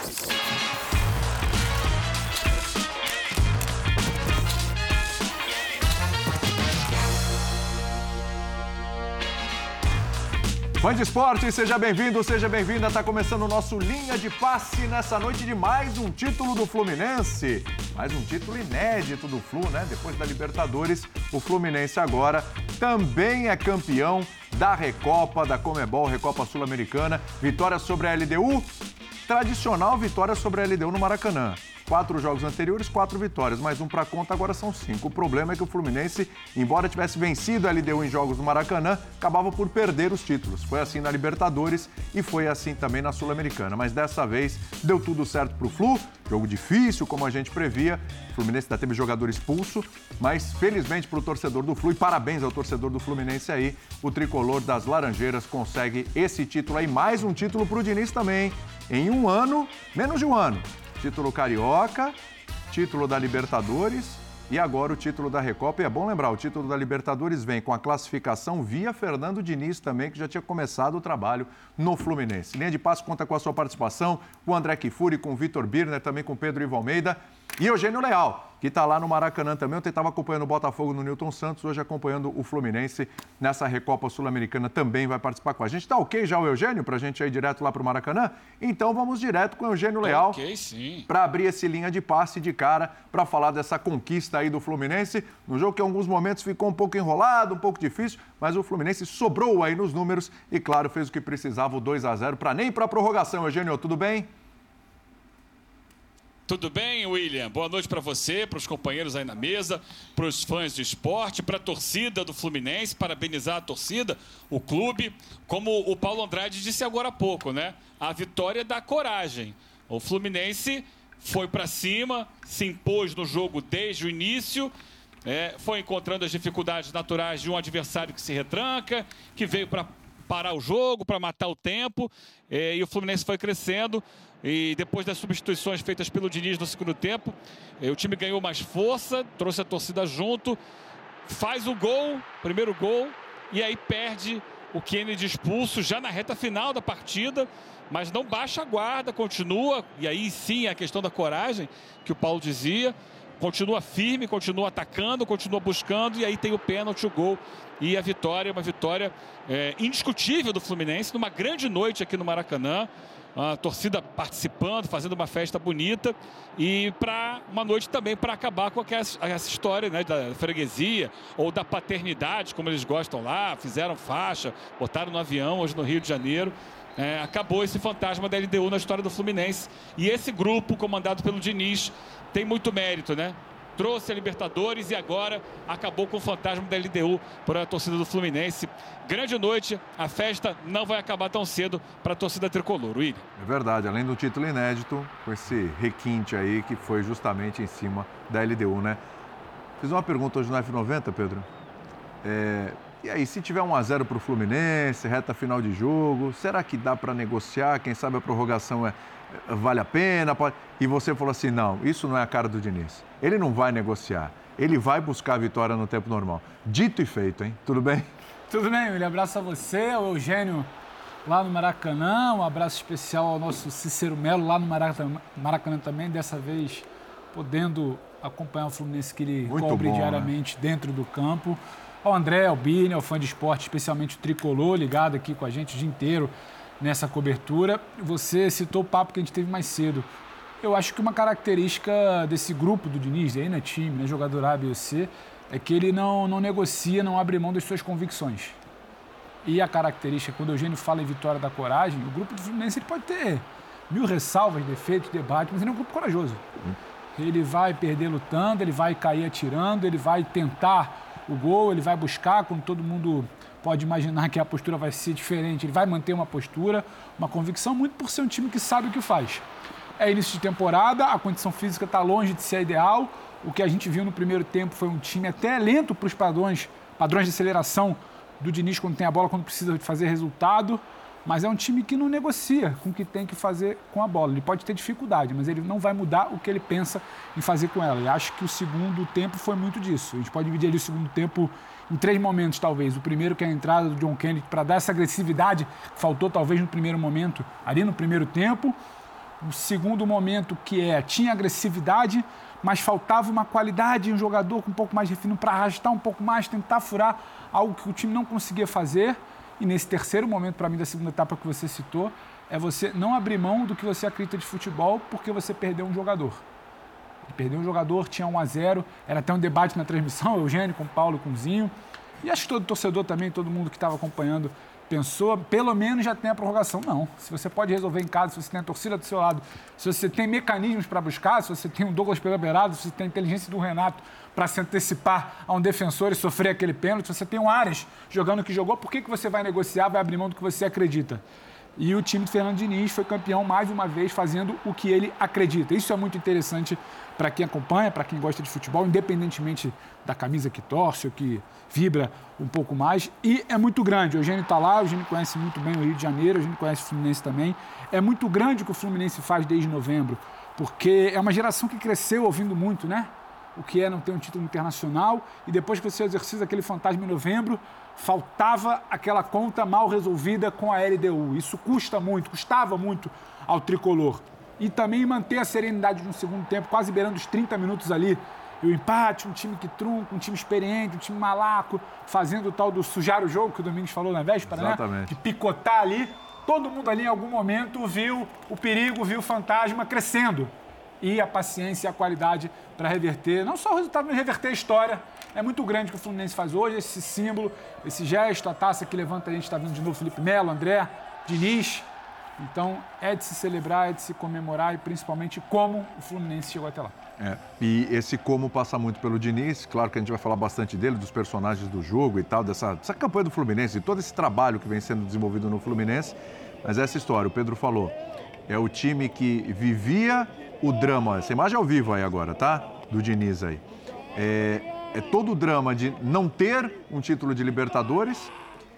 Fã de esporte, seja bem-vindo, seja bem-vinda. Está começando o nosso Linha de Passe nessa noite de mais um título do Fluminense. Mais um título inédito do Flu, né? Depois da Libertadores, o Fluminense agora também é campeão da Recopa, da Conmebol, Recopa Sul-Americana. Vitória sobre a LDU, tradicional vitória sobre a LDU no Maracanã. 4 jogos anteriores, 4 vitórias, mais um para conta, agora são 5. O problema é que o Fluminense, embora tivesse vencido a LDU em jogos no Maracanã, acabava por perder os títulos. Foi assim na Libertadores e foi assim também na Sul-Americana. Mas dessa vez deu tudo certo para o Flu, jogo difícil, como a gente previa. O Fluminense ainda teve jogador expulso, mas felizmente para o torcedor do Flu, e parabéns ao torcedor do Fluminense aí, o tricolor das Laranjeiras consegue esse título aí, mais um título para o Diniz também, em um ano, menos de um ano. Título Carioca, título da Libertadores e agora o título da Recopa. E é bom lembrar, o título da Libertadores vem com a classificação via Fernando Diniz também, que já tinha começado o trabalho no Fluminense. Linha de Passe conta com a sua participação, com o André Kifuri, com o Vitor Birner, também com o Pedro Ivo Almeida e Eugênio Leal, que está lá no Maracanã também. Ontem estava acompanhando o Botafogo no Newton Santos, hoje acompanhando o Fluminense nessa Recopa Sul-Americana, também vai participar com a gente. Tá ok já o Eugênio, para a gente ir direto lá para o Maracanã? Então vamos direto com o Eugênio Leal, para abrir esse Linha de Passe de cara, para falar dessa conquista aí do Fluminense, no jogo que em alguns momentos ficou um pouco enrolado, um pouco difícil, mas o Fluminense sobrou aí nos números e, claro, fez o que precisava, o 2-0, para nem ir para a prorrogação. Eugênio, tudo bem? Tudo bem, William? Boa noite para você, para os companheiros aí na mesa, para os fãs de esporte, para a torcida do Fluminense, parabenizar a torcida, o clube. Como o Paulo Andrade disse agora há pouco, né? A vitória dá coragem. O Fluminense foi para cima, se impôs no jogo desde o início, foi encontrando as dificuldades naturais de um adversário que se retranca, que veio para parar o jogo, para matar o tempo, e o Fluminense foi crescendo. E depois das substituições feitas pelo Diniz no segundo tempo, o time ganhou mais força, trouxe a torcida junto, faz o gol, primeiro gol, e aí perde o Kennedy expulso já na reta final da partida, mas não baixa a guarda, continua, e aí sim a questão da coragem, que o Paulo dizia, continua firme, continua atacando, continua buscando, e aí tem o pênalti, o gol e a vitória, uma vitória indiscutível do Fluminense, numa grande noite aqui no Maracanã. A torcida participando, fazendo uma festa bonita e para uma noite também para acabar com essa história, né, da freguesia ou da paternidade, como eles gostam lá, fizeram faixa, botaram no avião hoje no Rio de Janeiro. Acabou esse fantasma da LDU na história do Fluminense. E esse grupo, comandado pelo Diniz, tem muito mérito, né? Trouxe a Libertadores e agora acabou com o fantasma da LDU para a torcida do Fluminense. Grande noite, a festa não vai acabar tão cedo para a torcida tricolor, William. É verdade, além do título inédito, com esse requinte aí que foi justamente em cima da LDU, né? Fiz uma pergunta hoje no F90, Pedro. E aí, se tiver 1-0 para o Fluminense, reta final de jogo, será que dá para negociar? Quem sabe a prorrogação vale a pena? E você falou assim, não, isso não é a cara do Diniz. Ele não vai negociar, ele vai buscar a vitória no tempo normal. Dito e feito, hein? Tudo bem? Tudo bem, William. Abraço a você, ao Eugênio lá no Maracanã. Um abraço especial ao nosso Cícero Melo lá no Maracanã também, dessa vez podendo acompanhar o Fluminense que ele cobre diariamente, né, dentro do campo. Ao André, ao Bini, ao fã de esporte, especialmente o tricolor, ligado aqui com a gente o dia inteiro nessa cobertura. Você citou o papo que a gente teve mais cedo. Eu acho que uma característica desse grupo do Diniz, aí não é time, não é jogador A, B ou C, é que ele não negocia, não abre mão das suas convicções. E a característica, quando o Eugênio fala em vitória da coragem, o grupo do Fluminense ele pode ter 1000 ressalvas, defeitos, debates, mas ele é um grupo corajoso. Ele vai perder lutando, ele vai cair atirando, ele vai tentar o gol, ele vai buscar, quando todo mundo pode imaginar que a postura vai ser diferente, ele vai manter uma postura, uma convicção, muito por ser um time que sabe o que faz. É início de temporada, a condição física está longe de ser ideal, o que a gente viu no primeiro tempo foi um time até lento para os padrões de aceleração do Diniz quando tem a bola, quando precisa fazer resultado, mas é um time que não negocia com o que tem que fazer com a bola. Ele pode ter dificuldade, mas ele não vai mudar o que ele pensa em fazer com ela. E acho que o segundo tempo foi muito disso. A gente pode dividir ali o segundo tempo em 3 momentos, talvez. O primeiro, que é a entrada do John Kennedy para dar essa agressividade que faltou, talvez, no primeiro momento, ali no primeiro tempo. O segundo momento tinha agressividade, mas faltava uma qualidade, um jogador com um pouco mais de refino para arrastar um pouco mais, tentar furar algo que o time não conseguia fazer. E nesse terceiro momento, para mim, da segunda etapa que você citou, é você não abrir mão do que você acredita de futebol porque você perdeu um jogador. Perdeu um jogador, tinha 1-0, era até um debate na transmissão, Eugênio com o Paulo, com o Zinho. E acho que todo torcedor também, todo mundo que estava acompanhando, pensou, pelo menos já tem a prorrogação. Não, se você pode resolver em casa, se você tem a torcida do seu lado, se você tem mecanismos para buscar, se você tem um Douglas pela beirada, se você tem a inteligência do Renato para se antecipar a um defensor e sofrer aquele pênalti, se você tem um Ares jogando o que jogou, por que você vai negociar, vai abrir mão do que você acredita? E o time do Fernando Diniz foi campeão mais uma vez fazendo o que ele acredita. Isso é muito interessante para quem acompanha, para quem gosta de futebol, independentemente da camisa que torce ou que vibra um pouco mais. E é muito grande. O Eugênio está lá, o Eugênio conhece muito bem o Rio de Janeiro, o Eugênio conhece o Fluminense também. É muito grande o que o Fluminense faz desde novembro, porque é uma geração que cresceu ouvindo muito, né? O que é não ter um título internacional, e depois que você exercita aquele fantasma em novembro, faltava aquela conta mal resolvida com a LDU. Isso custava muito ao tricolor. E também manter a serenidade no segundo tempo, quase beirando os 30 minutos ali. E o empate, um time que trunca, um time experiente, um time malaco, fazendo o tal do sujar o jogo, que o Domingos falou na véspera, exatamente, né? De picotar ali. Todo mundo ali, em algum momento, viu o perigo, viu o fantasma crescendo. E a paciência e a qualidade para reverter, não só o resultado, mas reverter a história. É muito grande o que o Fluminense faz hoje, esse símbolo, esse gesto, a taça que levanta a gente, está vindo de novo Felipe Melo, André, Diniz. Então, é de se celebrar, é de se comemorar e principalmente como o Fluminense chegou até lá. E esse como passa muito pelo Diniz, claro que a gente vai falar bastante dele, dos personagens do jogo e tal, dessa campanha do Fluminense, e todo esse trabalho que vem sendo desenvolvido no Fluminense, mas essa história, o Pedro falou, é o time que vivia o drama, essa imagem ao vivo aí agora, tá? Do Diniz aí. É todo o drama de não ter um título de Libertadores,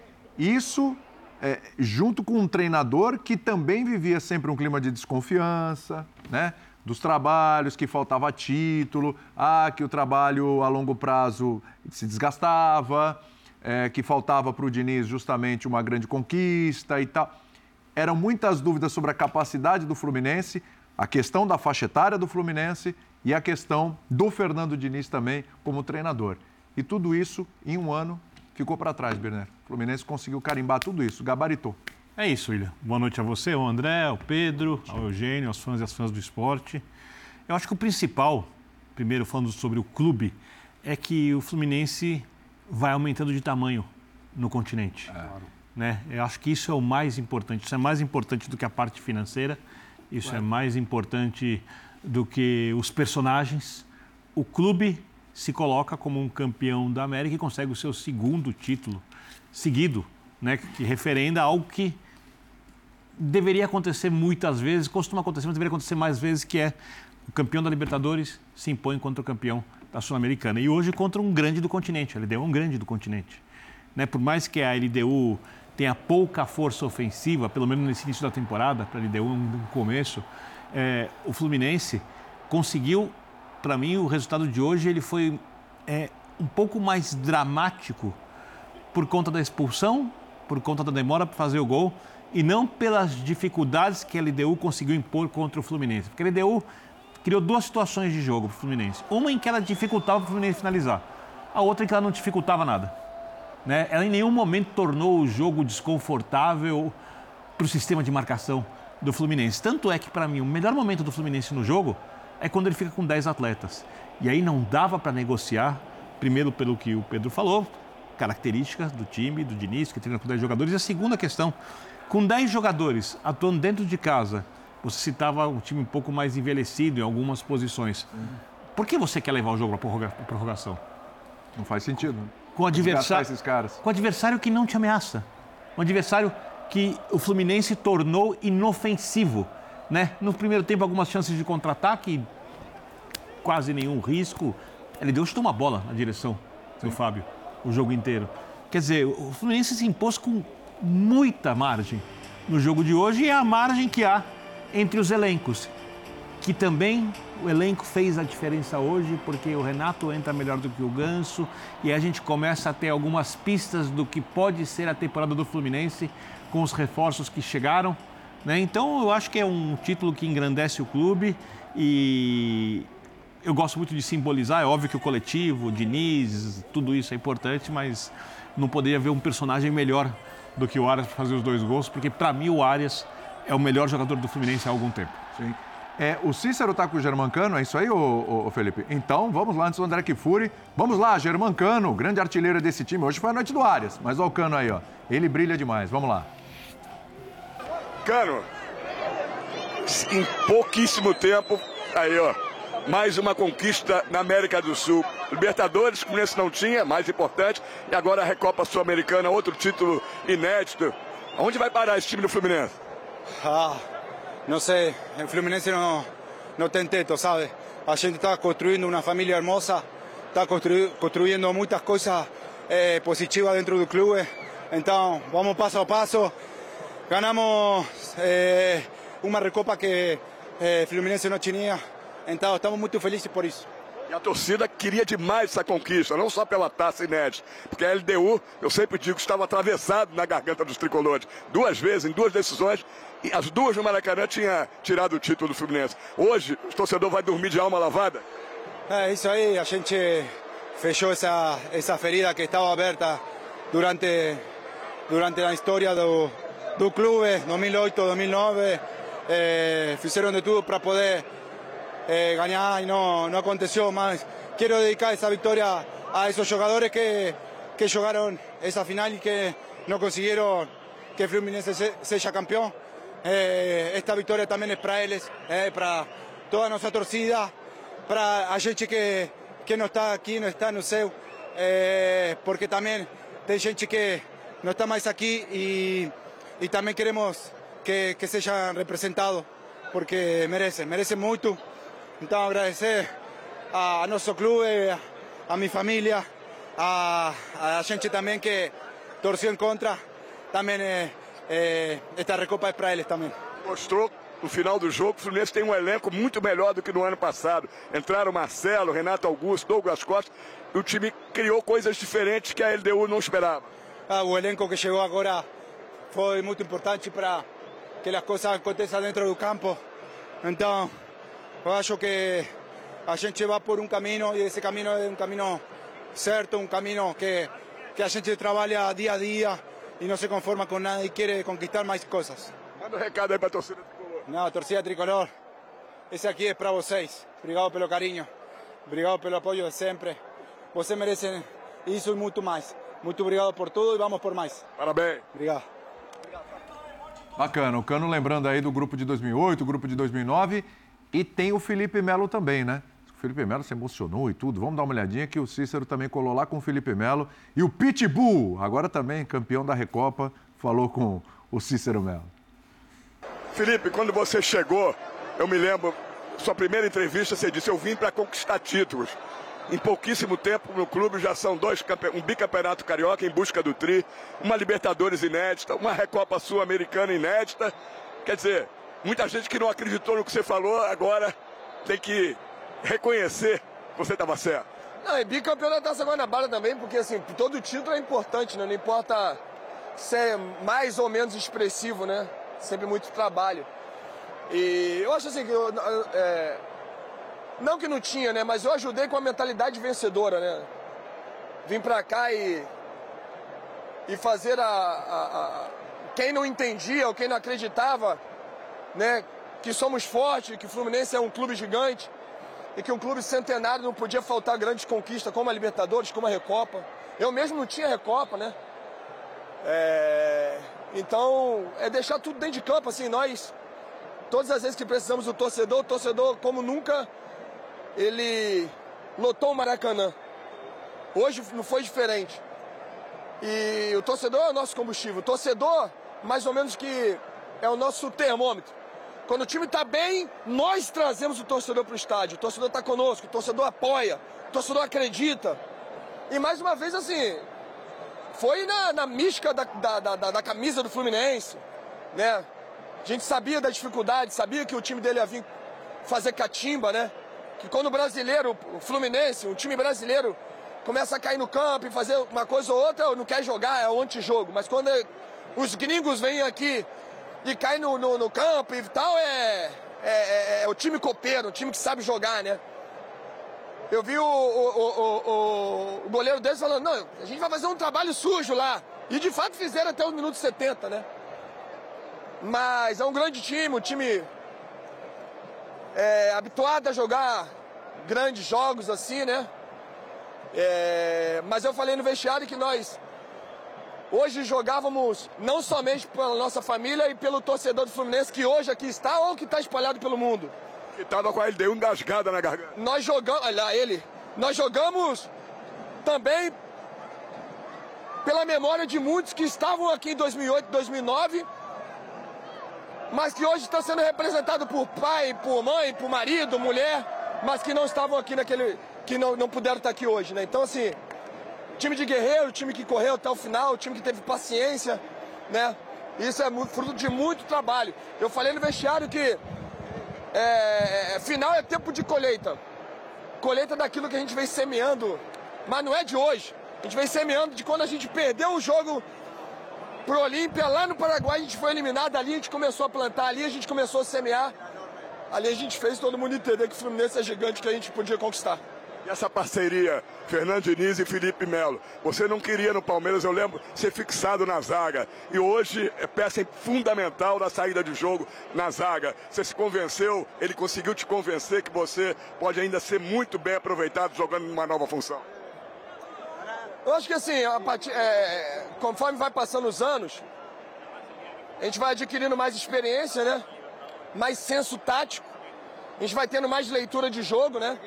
isso junto com um treinador que também vivia sempre um clima de desconfiança, né? Dos trabalhos, que faltava título, que o trabalho a longo prazo se desgastava, que faltava para o Diniz justamente uma grande conquista e tal. Eram muitas dúvidas sobre a capacidade do Fluminense, a questão da faixa etária do Fluminense e a questão do Fernando Diniz também como treinador. E tudo isso, em um ano, ficou para trás, Birner. O Fluminense conseguiu carimbar tudo isso, gabaritou. É isso, William. Boa noite a você, ao André, ao Pedro, ao Eugênio, aos fãs e às fãs do esporte. Eu acho que o principal, primeiro falando sobre o clube, é que o Fluminense vai aumentando de tamanho no continente. Né? Eu acho que isso é o mais importante. Isso é mais importante do que a parte financeira. Isso é mais importante do que os personagens. O clube se coloca como um campeão da América e consegue o seu segundo título seguido, né? Que referenda algo que deveria acontecer muitas vezes, costuma acontecer, mas deveria acontecer mais vezes, que é o campeão da Libertadores se impõe contra o campeão da Sul-Americana. E hoje contra um grande do continente, a LDU é um grande do continente. Né? Por mais que a LDU tenha pouca força ofensiva, pelo menos nesse início da temporada, para a LDU no começo, o Fluminense conseguiu, para mim, o resultado de hoje ele foi um pouco mais dramático por conta da expulsão, por conta da demora para fazer o gol, e não pelas dificuldades que a LDU conseguiu impor contra o Fluminense. Porque a LDU criou duas situações de jogo para o Fluminense. Uma em que ela dificultava para o Fluminense finalizar, a outra em que ela não dificultava nada. Né? Ela em nenhum momento tornou o jogo desconfortável para o sistema de marcação do Fluminense. Tanto é que, para mim, o melhor momento do Fluminense no jogo é quando ele fica com 10 atletas. E aí não dava para negociar, primeiro pelo que o Pedro falou, características do time, do Diniz, que treina com 10 jogadores. E a segunda questão, com 10 jogadores atuando dentro de casa, você citava um time um pouco mais envelhecido em algumas posições. Por que você quer levar o jogo para a prorrogação? Não faz sentido. Com esses caras. Com adversário que não te ameaça. Um adversário que o Fluminense tornou inofensivo. Né? No primeiro tempo, algumas chances de contra-ataque, quase nenhum risco. Ele deu chutou uma bola na direção do Fábio o jogo inteiro. Quer dizer, o Fluminense se impôs com muita margem no jogo de hoje, e é a margem que há entre os elencos, que também o elenco fez a diferença hoje, porque o Renato entra melhor do que o Ganso, e a gente começa a ter algumas pistas do que pode ser a temporada do Fluminense com os reforços que chegaram, né? Então eu acho que é um título que engrandece o clube e eu gosto muito de simbolizar. É óbvio que o coletivo, o Diniz, tudo isso é importante, mas não poderia haver um personagem melhor do que o Arias para fazer os 2 gols, porque para mim o Arias é o melhor jogador do Fluminense há algum tempo. Sim. O Cícero tá com o Germancano, é isso aí, ô Felipe? Então, vamos lá, antes do André Kfouri. Vamos lá, Germancano, grande artilheiro desse time. Hoje foi a noite do Arias, mas olha o Cano aí, ó. Ele brilha demais, vamos lá. Cano, em pouquíssimo tempo, aí ó, mais uma conquista na América do Sul. Libertadores, que esse não tinha, mais importante, e agora a Recopa Sul-Americana, outro título inédito. Onde vai parar esse time do Fluminense? Não sei, o Fluminense não tem teto, sabe? A gente está construindo uma família hermosa, está construindo muitas coisas positivas dentro do clube. Então, vamos passo a passo. Ganhamos uma Recopa que o Fluminense não tinha. Então, estamos muito felizes por isso. E a torcida queria demais essa conquista, não só pela taça inédita, porque a LDU, eu sempre digo, estava atravessado na garganta dos tricolores. 2 vezes, em 2 decisões, e as 2 no Maracanã tinha tirado o título do Fluminense. Hoje, o torcedor vai dormir de alma lavada? É isso aí, a gente fechou essa ferida que estava aberta durante a história do clube, 2008, 2009. Fizeram de tudo para poder ganhar y no aconteció más. Quiero dedicar esa victoria a esos jugadores que jugaron esa final y que no consiguieron que Fluminense sea campeón. Esta victoria también es para ellos, para toda nuestra torcida, para a gente que no está aquí, no está no seu, porque también hay gente que no está más aquí y también queremos que sean representados porque merecen mucho. Então, agradecer a nosso clube, a minha família, a gente também que torceu em contra. Também esta Recopa é para eles também. Mostrou no final do jogo que o Fluminense tem um elenco muito melhor do que no ano passado. Entraram Marcelo, Renato Augusto, Douglas Costa, e o time criou coisas diferentes que a LDU não esperava. O elenco que chegou agora foi muito importante para que as coisas aconteçam dentro do campo. Então, eu acho que a gente vai por um caminho e esse caminho é um caminho certo, um caminho que a gente trabalha dia a dia e não se conforma com nada e quer conquistar mais coisas. Manda um recado aí para a torcida tricolor. Não, torcida tricolor, esse aqui é para vocês. Obrigado pelo carinho, obrigado pelo apoio de sempre. Vocês merecem isso e muito mais. Muito obrigado por tudo e vamos por mais. Parabéns. Obrigado. Bacana, o Cano lembrando aí do grupo de 2008, o grupo de 2009 e tem o Felipe Melo também, né? O Felipe Melo se emocionou e tudo. Vamos dar uma olhadinha que o Cícero também colou lá com o Felipe Melo. E o Pitbull, agora também campeão da Recopa, falou com o Cícero Melo. Felipe, quando você chegou, eu me lembro, sua primeira entrevista, você disse, eu vim para conquistar títulos. Em pouquíssimo tempo no clube já são um bicampeonato carioca em busca do tri, uma Libertadores inédita, uma Recopa Sul-Americana inédita. Quer dizer, muita gente que não acreditou no que você falou, agora tem que reconhecer que você estava certo. Não, e bicampeonato da Taça Guanabara também, porque assim, todo título é importante, né? Não importa se é mais ou menos expressivo, né? Sempre muito trabalho. E eu acho assim que não que não tinha, né? Mas eu ajudei com a mentalidade vencedora, né? Vim pra cá e fazer quem não entendia ou quem não acreditava, né? Que somos fortes, que o Fluminense é um clube gigante e que um clube centenário não podia faltar grandes conquistas como a Libertadores, como a Recopa. Eu mesmo não tinha Recopa, né? Então, é deixar tudo dentro de campo, assim, nós, todas as vezes que precisamos do torcedor, o torcedor, como nunca, ele lotou o Maracanã. Hoje não foi diferente. E o torcedor é o nosso combustível. O torcedor, mais ou menos que é o nosso termômetro. Quando o time está bem, nós trazemos o torcedor para o estádio. O torcedor está conosco, o torcedor apoia, o torcedor acredita. E mais uma vez, assim, foi na mística da camisa do Fluminense, né? A gente sabia da dificuldade, sabia que o time dele ia vir fazer catimba, né? Que quando o brasileiro, o Fluminense, um time brasileiro, começa a cair no campo e fazer uma coisa ou outra, não quer jogar, é o antijogo. Mas quando os gringos vêm aqui de cair no campo e tal, é o time copeiro, o time que sabe jogar, né? Eu vi o goleiro deles falando, não, a gente vai fazer um trabalho sujo lá. E de fato fizeram até os minutos 70, né? Mas é um grande time, um time habituado a jogar grandes jogos assim, né? Mas eu falei no vestiário que nós hoje jogávamos não somente pela nossa família e pelo torcedor do Fluminense que hoje aqui está ou que está espalhado pelo mundo. Que tava com a LDU engasgada na garganta. Nós jogamos, olha lá ele, nós jogamos também pela memória de muitos que estavam aqui em 2008, 2009, mas que hoje estão sendo representados por pai, por mãe, por marido, mulher, mas que não estavam aqui que não puderam estar aqui hoje, né? Então, assim, time de guerreiro, time que correu até o final, time que teve paciência, né? Isso é fruto de muito trabalho. Eu falei no vestiário que final é tempo de colheita. Colheita daquilo que a gente vem semeando, mas não é de hoje. A gente vem semeando de quando a gente perdeu o jogo pro Olímpia, lá no Paraguai, a gente foi eliminado, ali a gente começou a plantar, ali a gente começou a semear. Ali a gente fez todo mundo entender que o Fluminense é gigante, que a gente podia conquistar. E essa parceria, Fernando Diniz e Felipe Melo, você não queria no Palmeiras, eu lembro, ser fixado na zaga. E hoje é peça fundamental da saída de jogo na zaga. Você se convenceu, ele conseguiu te convencer que você pode ainda ser muito bem aproveitado jogando numa nova função. Eu acho que assim, conforme vai passando os anos, a gente vai adquirindo mais experiência, né? Mais senso tático. A gente vai tendo mais leitura de jogo, né?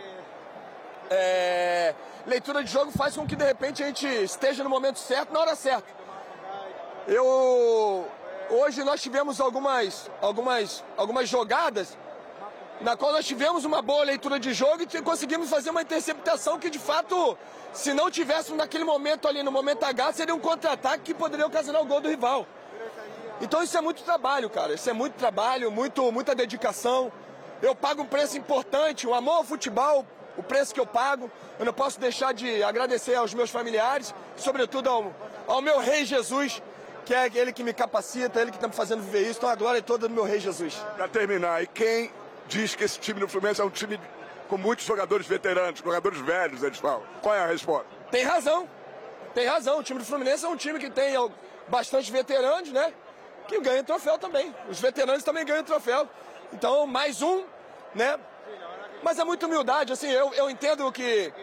Leitura de jogo faz com que de repente a gente esteja no momento certo, na hora certa. Hoje nós tivemos algumas jogadas na qual nós tivemos uma boa leitura de jogo e conseguimos fazer uma interceptação que de fato, se não tivéssemos naquele momento ali, no momento H, seria um contra-ataque que poderia ocasionar o gol do rival. Então isso é muito trabalho, cara. Isso é muito trabalho, muita dedicação. Eu pago um preço importante, o amor ao futebol, o preço que eu pago. Eu não posso deixar de agradecer aos meus familiares, sobretudo ao meu Rei Jesus, que é ele que me capacita, ele que está me fazendo viver isso. Então a glória é toda do meu Rei Jesus. Para terminar, e quem diz que esse time do Fluminense é um time com muitos jogadores veteranos, jogadores velhos, eles falam. Qual é a resposta? Tem razão. O time do Fluminense é um time que tem bastante veteranos, né? Que ganha troféu também. Os veteranos também ganham troféu. Então, mais um, né? Mas é muita humildade, assim, eu entendo que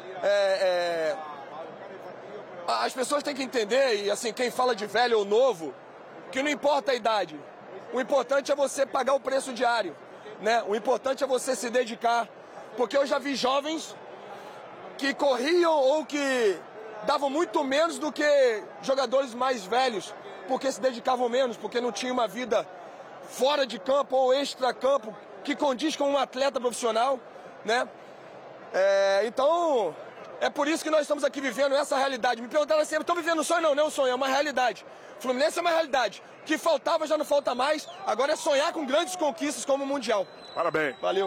as pessoas têm que entender, e assim, quem fala de velho ou novo, que não importa a idade. O importante é você pagar o preço diário, né? O importante é você se dedicar. Porque eu já vi jovens que corriam ou que davam muito menos do que jogadores mais velhos, porque se dedicavam menos, porque não tinha uma vida fora de campo ou extra-campo que condiz com um atleta profissional, né? Então, é por isso que nós estamos aqui vivendo essa realidade. Me perguntaram assim, estou vivendo um sonho? Não, não é um sonho, é uma realidade. Fluminense é uma realidade. O que faltava já não falta mais, agora é sonhar com grandes conquistas como o Mundial. Parabéns. Valeu.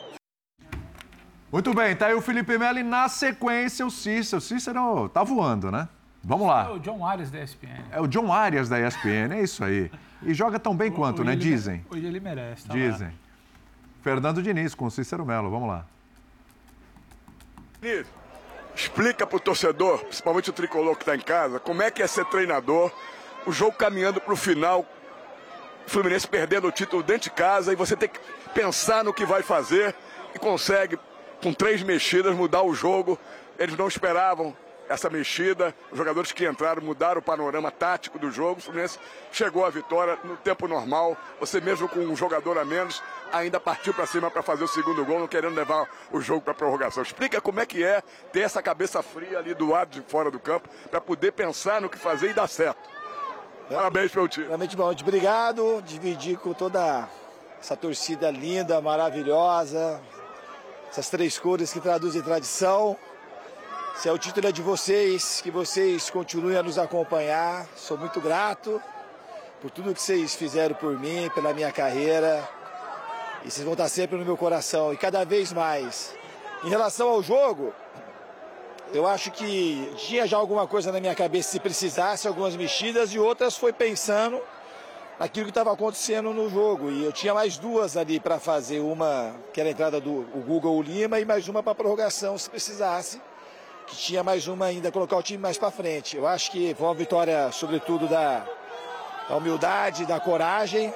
Muito bem, tá aí o Felipe Melo e na sequência o Cícero. O Cícero tá voando, né? Vamos lá. É o John Arias da ESPN. É o John Arias da ESPN, é isso aí. E joga tão bem quanto, né? Dizem. Hoje ele merece. Tá Dizem. lá. Fernando Diniz com o Cícero Melo, vamos lá. Diniz, explica pro torcedor, principalmente o tricolor que tá em casa, como é que é ser treinador, o jogo caminhando pro final, o Fluminense perdendo o título dentro de casa e você tem que pensar no que vai fazer e consegue, com 3 mexidas, mudar o jogo. Eles não esperavam essa mexida, os jogadores que entraram mudaram o panorama tático do jogo. O Fluminense chegou à vitória no tempo normal. Você mesmo com um jogador a menos ainda partiu para cima para fazer o segundo gol, não querendo levar o jogo para prorrogação. Explica como é que é ter essa cabeça fria ali do lado de fora do campo para poder pensar no que fazer e dar certo. Parabéns pelo time. Realmente bom, obrigado. Dividir com toda essa torcida linda, maravilhosa, essas 3 cores que traduzem tradição. Se é o título é de vocês, que vocês continuem a nos acompanhar. Sou muito grato por tudo que vocês fizeram por mim, pela minha carreira. E vocês vão estar sempre no meu coração, e cada vez mais. Em relação ao jogo, eu acho que tinha já alguma coisa na minha cabeça se precisasse, algumas mexidas, e outras foi pensando naquilo que estava acontecendo no jogo. E eu tinha mais duas ali para fazer, uma que era a entrada do Google Lima e mais uma para prorrogação, se precisasse, que tinha mais uma ainda, colocar o time mais para frente. Eu acho que foi uma vitória, sobretudo, da humildade, da coragem,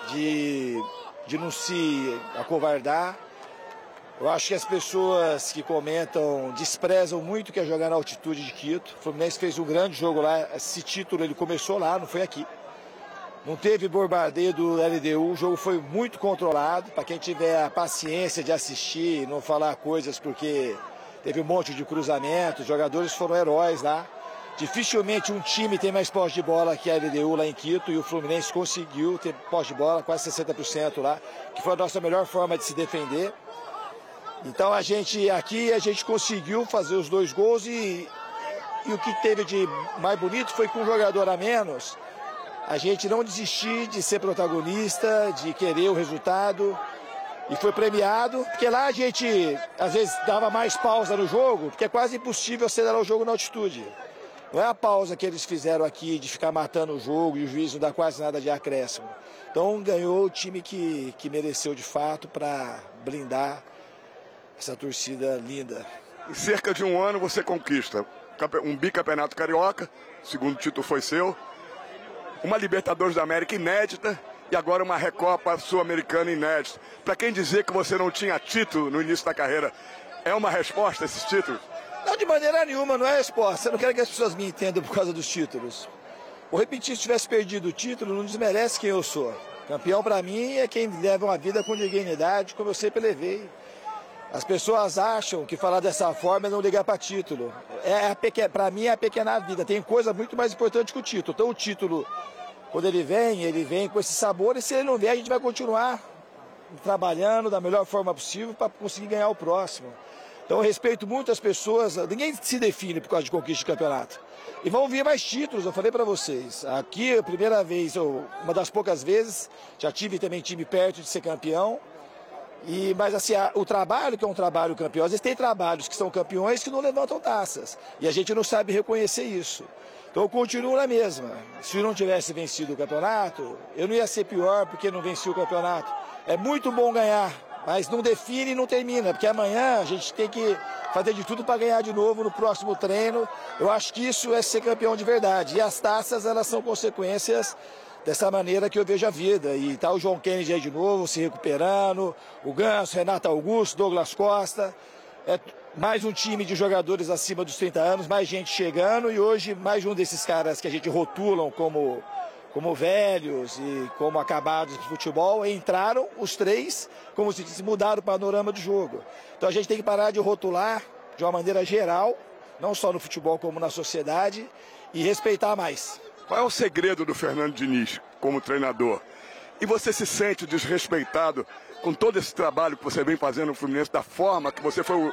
de não se acovardar. Eu acho que as pessoas que comentam desprezam muito o que é jogar na altitude de Quito. O Fluminense fez um grande jogo lá, esse título ele começou lá, não foi aqui. Não teve bombardeio do LDU, o jogo foi muito controlado. Para quem tiver a paciência de assistir e não falar coisas, porque teve um monte de cruzamentos, os jogadores foram heróis lá. Dificilmente um time tem mais posse de bola que a LDU lá em Quito, e o Fluminense conseguiu ter posse de bola, quase 60% lá, que foi a nossa melhor forma de se defender. Então a gente conseguiu fazer os 2 gols e o que teve de mais bonito foi com um jogador a menos, a gente não desistir de ser protagonista, de querer o resultado, e foi premiado, porque lá a gente às vezes dava mais pausa no jogo, porque é quase impossível acelerar o jogo na altitude. Não é a pausa que eles fizeram aqui de ficar matando o jogo e o juiz não dá quase nada de acréscimo. Então ganhou o time que mereceu de fato para blindar essa torcida linda. Em cerca de um ano você conquista um bicampeonato carioca, o segundo título foi seu, uma Libertadores da América inédita e agora uma Recopa Sul-Americana inédita. Para quem dizer que você não tinha título no início da carreira, é uma resposta a esses títulos? Não, de maneira nenhuma, não é resposta. Eu não quero que as pessoas me entendam por causa dos títulos. O repetir, se tivesse perdido o título, não desmerece quem eu sou. Campeão, para mim, é quem leva uma vida com dignidade, como eu sempre levei. As pessoas acham que falar dessa forma é não ligar para título. Para mim, é apequenar a vida. Tem coisa muito mais importante que o título. Então, o título, quando ele vem com esse sabor, e se ele não vier, a gente vai continuar trabalhando da melhor forma possível para conseguir ganhar o próximo. Então eu respeito muito as pessoas, ninguém se define por causa de conquista de campeonato. E vão vir mais títulos, eu falei para vocês. Aqui, a primeira vez, uma das poucas vezes, já tive também time perto de ser campeão. Mas assim, o trabalho que é um trabalho campeão, às vezes tem trabalhos que são campeões que não levantam taças. E a gente não sabe reconhecer isso. Então eu continuo na mesma. Se eu não tivesse vencido o campeonato, eu não ia ser pior porque não venci o campeonato. É muito bom ganhar, mas não define e não termina, porque amanhã a gente tem que fazer de tudo para ganhar de novo no próximo treino. Eu acho que isso é ser campeão de verdade. E as taças, elas são consequências dessa maneira que eu vejo a vida. E tá o João Kennedy aí de novo, se recuperando, o Ganso, Renato Augusto, Douglas Costa. É mais um time de jogadores acima dos 30 anos, mais gente chegando, e hoje mais um desses caras que a gente rotulam como velhos e como acabados de futebol, entraram os 3, como se diz, mudaram o panorama do jogo. Então a gente tem que parar de rotular de uma maneira geral, não só no futebol como na sociedade, e respeitar mais. Qual é o segredo do Fernando Diniz como treinador? E você se sente desrespeitado com todo esse trabalho que você vem fazendo no Fluminense, da forma que você foi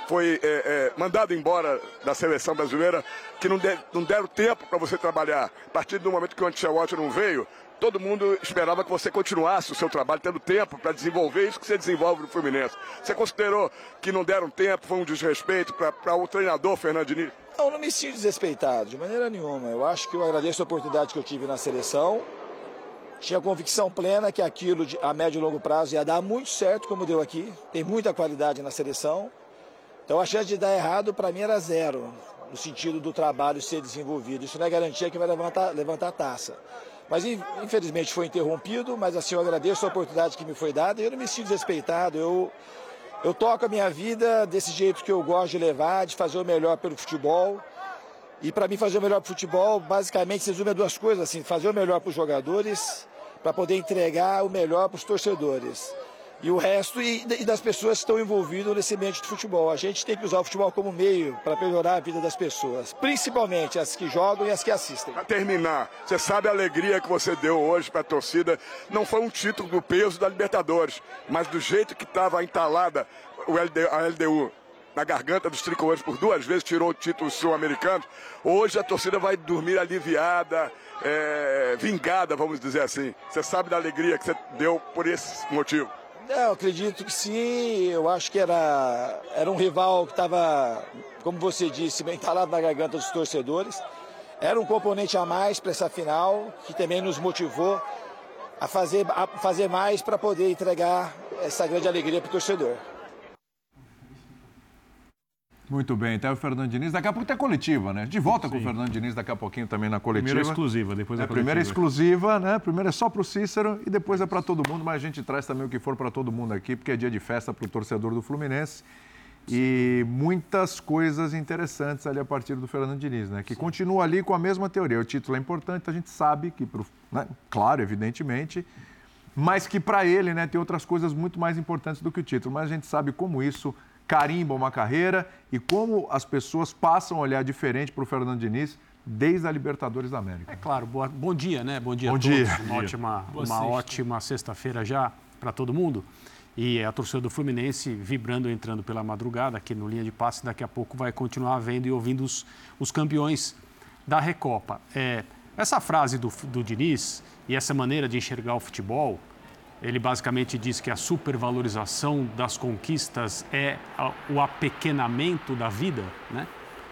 mandado embora da seleção brasileira, que não deram tempo para você trabalhar? A partir do momento que o Ancelotti não veio, todo mundo esperava que você continuasse o seu trabalho, tendo tempo para desenvolver isso que você desenvolve no Fluminense. Você considerou que não deram tempo, foi um desrespeito para o treinador Fernando Diniz? Não me sinto desrespeitado, de maneira nenhuma. Eu acho que eu agradeço a oportunidade que eu tive na seleção. Tinha convicção plena que aquilo a médio e longo prazo ia dar muito certo, como deu aqui. Tem muita qualidade na seleção. Então a chance de dar errado para mim era 0, no sentido do trabalho ser desenvolvido. Isso não é garantia que vai levantar a taça. Mas infelizmente foi interrompido, mas assim eu agradeço a oportunidade que me foi dada e eu não me sinto desrespeitado. Eu toco a minha vida desse jeito que eu gosto de levar, de fazer o melhor pelo futebol. E para mim fazer o melhor para o futebol, basicamente se resume a 2 coisas, assim, fazer o melhor para os jogadores, para poder entregar o melhor para os torcedores. E o resto e das pessoas que estão envolvidas nesse ambiente de futebol. A gente tem que usar o futebol como meio para melhorar a vida das pessoas, principalmente as que jogam e as que assistem. Para terminar, você sabe a alegria que você deu hoje para a torcida? Não foi um título do peso da Libertadores, mas do jeito que estava entalada a LDU na garganta dos tricolores por 2 vezes, tirou o título sul-americano. Hoje a torcida vai dormir aliviada, vingada, vamos dizer assim. Você sabe da alegria que você deu por esse motivo? Eu acredito que sim. Eu acho que era um rival que estava, como você disse, bem entalado na garganta dos torcedores. Era um componente a mais para essa final, que também nos motivou a fazer mais para poder entregar essa grande alegria para o torcedor. Muito bem, então o Fernando Diniz, daqui a pouco tem a coletiva, né? De volta com o Fernando Diniz daqui a pouquinho também na coletiva. Primeira exclusiva, depois a coletiva. Primeira exclusiva, né? Primeiro é só para o Cícero e depois é para todo mundo, mas a gente traz também o que for para todo mundo aqui, porque é dia de festa para o torcedor do Fluminense. E muitas coisas interessantes ali a partir do Fernando Diniz, né? Que continua ali com a mesma teoria. O título é importante, a gente sabe que, né? Claro, evidentemente, mas que para ele, né, tem outras coisas muito mais importantes do que o título. Mas a gente sabe como isso carimba uma carreira e como as pessoas passam a olhar diferente para o Fernando Diniz desde a Libertadores da América. É claro, bom dia, né? Bom dia a todos. Uma ótima sexta-feira já para todo mundo. E a torcida do Fluminense vibrando, entrando pela madrugada aqui no Linha de Passe. Daqui a pouco vai continuar vendo e ouvindo os campeões da Recopa. Essa frase do Diniz e essa maneira de enxergar o futebol, ele basicamente diz que a supervalorização das conquistas é o apequenamento da vida, né?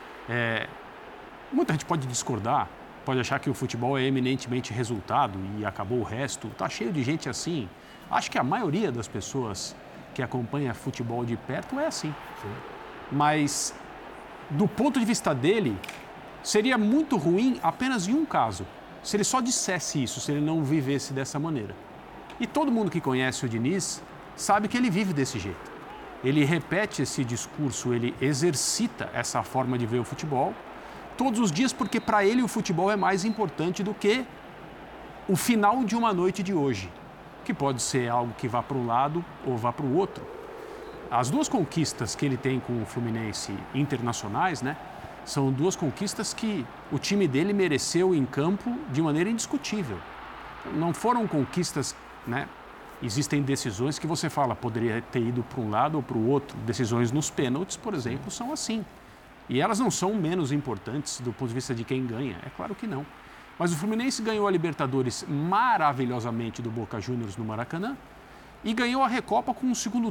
Muita gente pode discordar, pode achar que o futebol é eminentemente resultado e acabou o resto. Está cheio de gente assim. Acho que a maioria das pessoas que acompanha futebol de perto é assim. Sim. Mas, do ponto de vista dele, seria muito ruim apenas em um caso. Se ele só dissesse isso, se ele não vivesse dessa maneira. E todo mundo que conhece o Diniz sabe que ele vive desse jeito. Ele repete esse discurso, ele exercita essa forma de ver o futebol todos os dias, porque para ele o futebol é mais importante do que o final de uma noite de hoje, que pode ser algo que vá para um lado ou vá para o outro. As duas conquistas que ele tem com o Fluminense internacionais, né, são duas conquistas que o time dele mereceu em campo de maneira indiscutível. Não foram conquistas, né? Existem decisões que você fala, poderia ter ido para um lado ou para o outro. Decisões nos pênaltis, por exemplo, são assim. E elas não são menos importantes do ponto de vista de quem ganha, é claro que não. Mas o Fluminense ganhou a Libertadores maravilhosamente do Boca Juniors no Maracanã e ganhou a Recopa com um segundo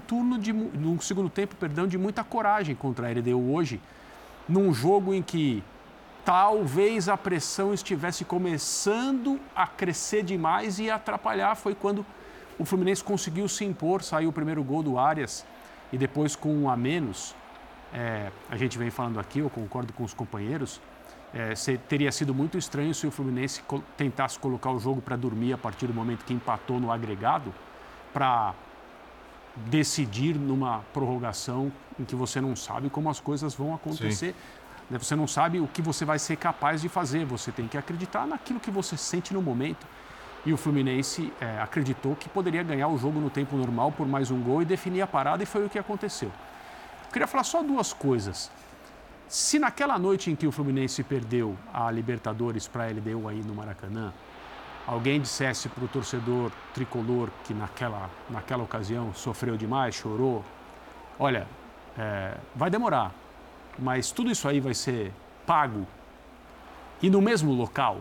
tempo de muita coragem contra a LDU hoje, num jogo em que talvez a pressão estivesse começando a crescer demais e atrapalhar. Foi quando o Fluminense conseguiu se impor, saiu o primeiro gol do Arias e depois com um a menos. A gente vem falando aqui, eu concordo com os companheiros, teria sido muito estranho se o Fluminense tentasse colocar o jogo para dormir a partir do momento que empatou no agregado, para decidir numa prorrogação em que você não sabe como as coisas vão acontecer. Sim. Você não sabe o que você vai ser capaz de fazer, você tem que acreditar naquilo que você sente no momento. E o Fluminense acreditou que poderia ganhar o jogo no tempo normal por mais um gol e definir a parada, e foi o que aconteceu. Eu queria falar só duas coisas. Se naquela noite em que o Fluminense perdeu a Libertadores para a LDU aí no Maracanã, alguém dissesse para o torcedor tricolor que naquela ocasião sofreu demais, chorou, olha, vai demorar, mas tudo isso aí vai ser pago e no mesmo local,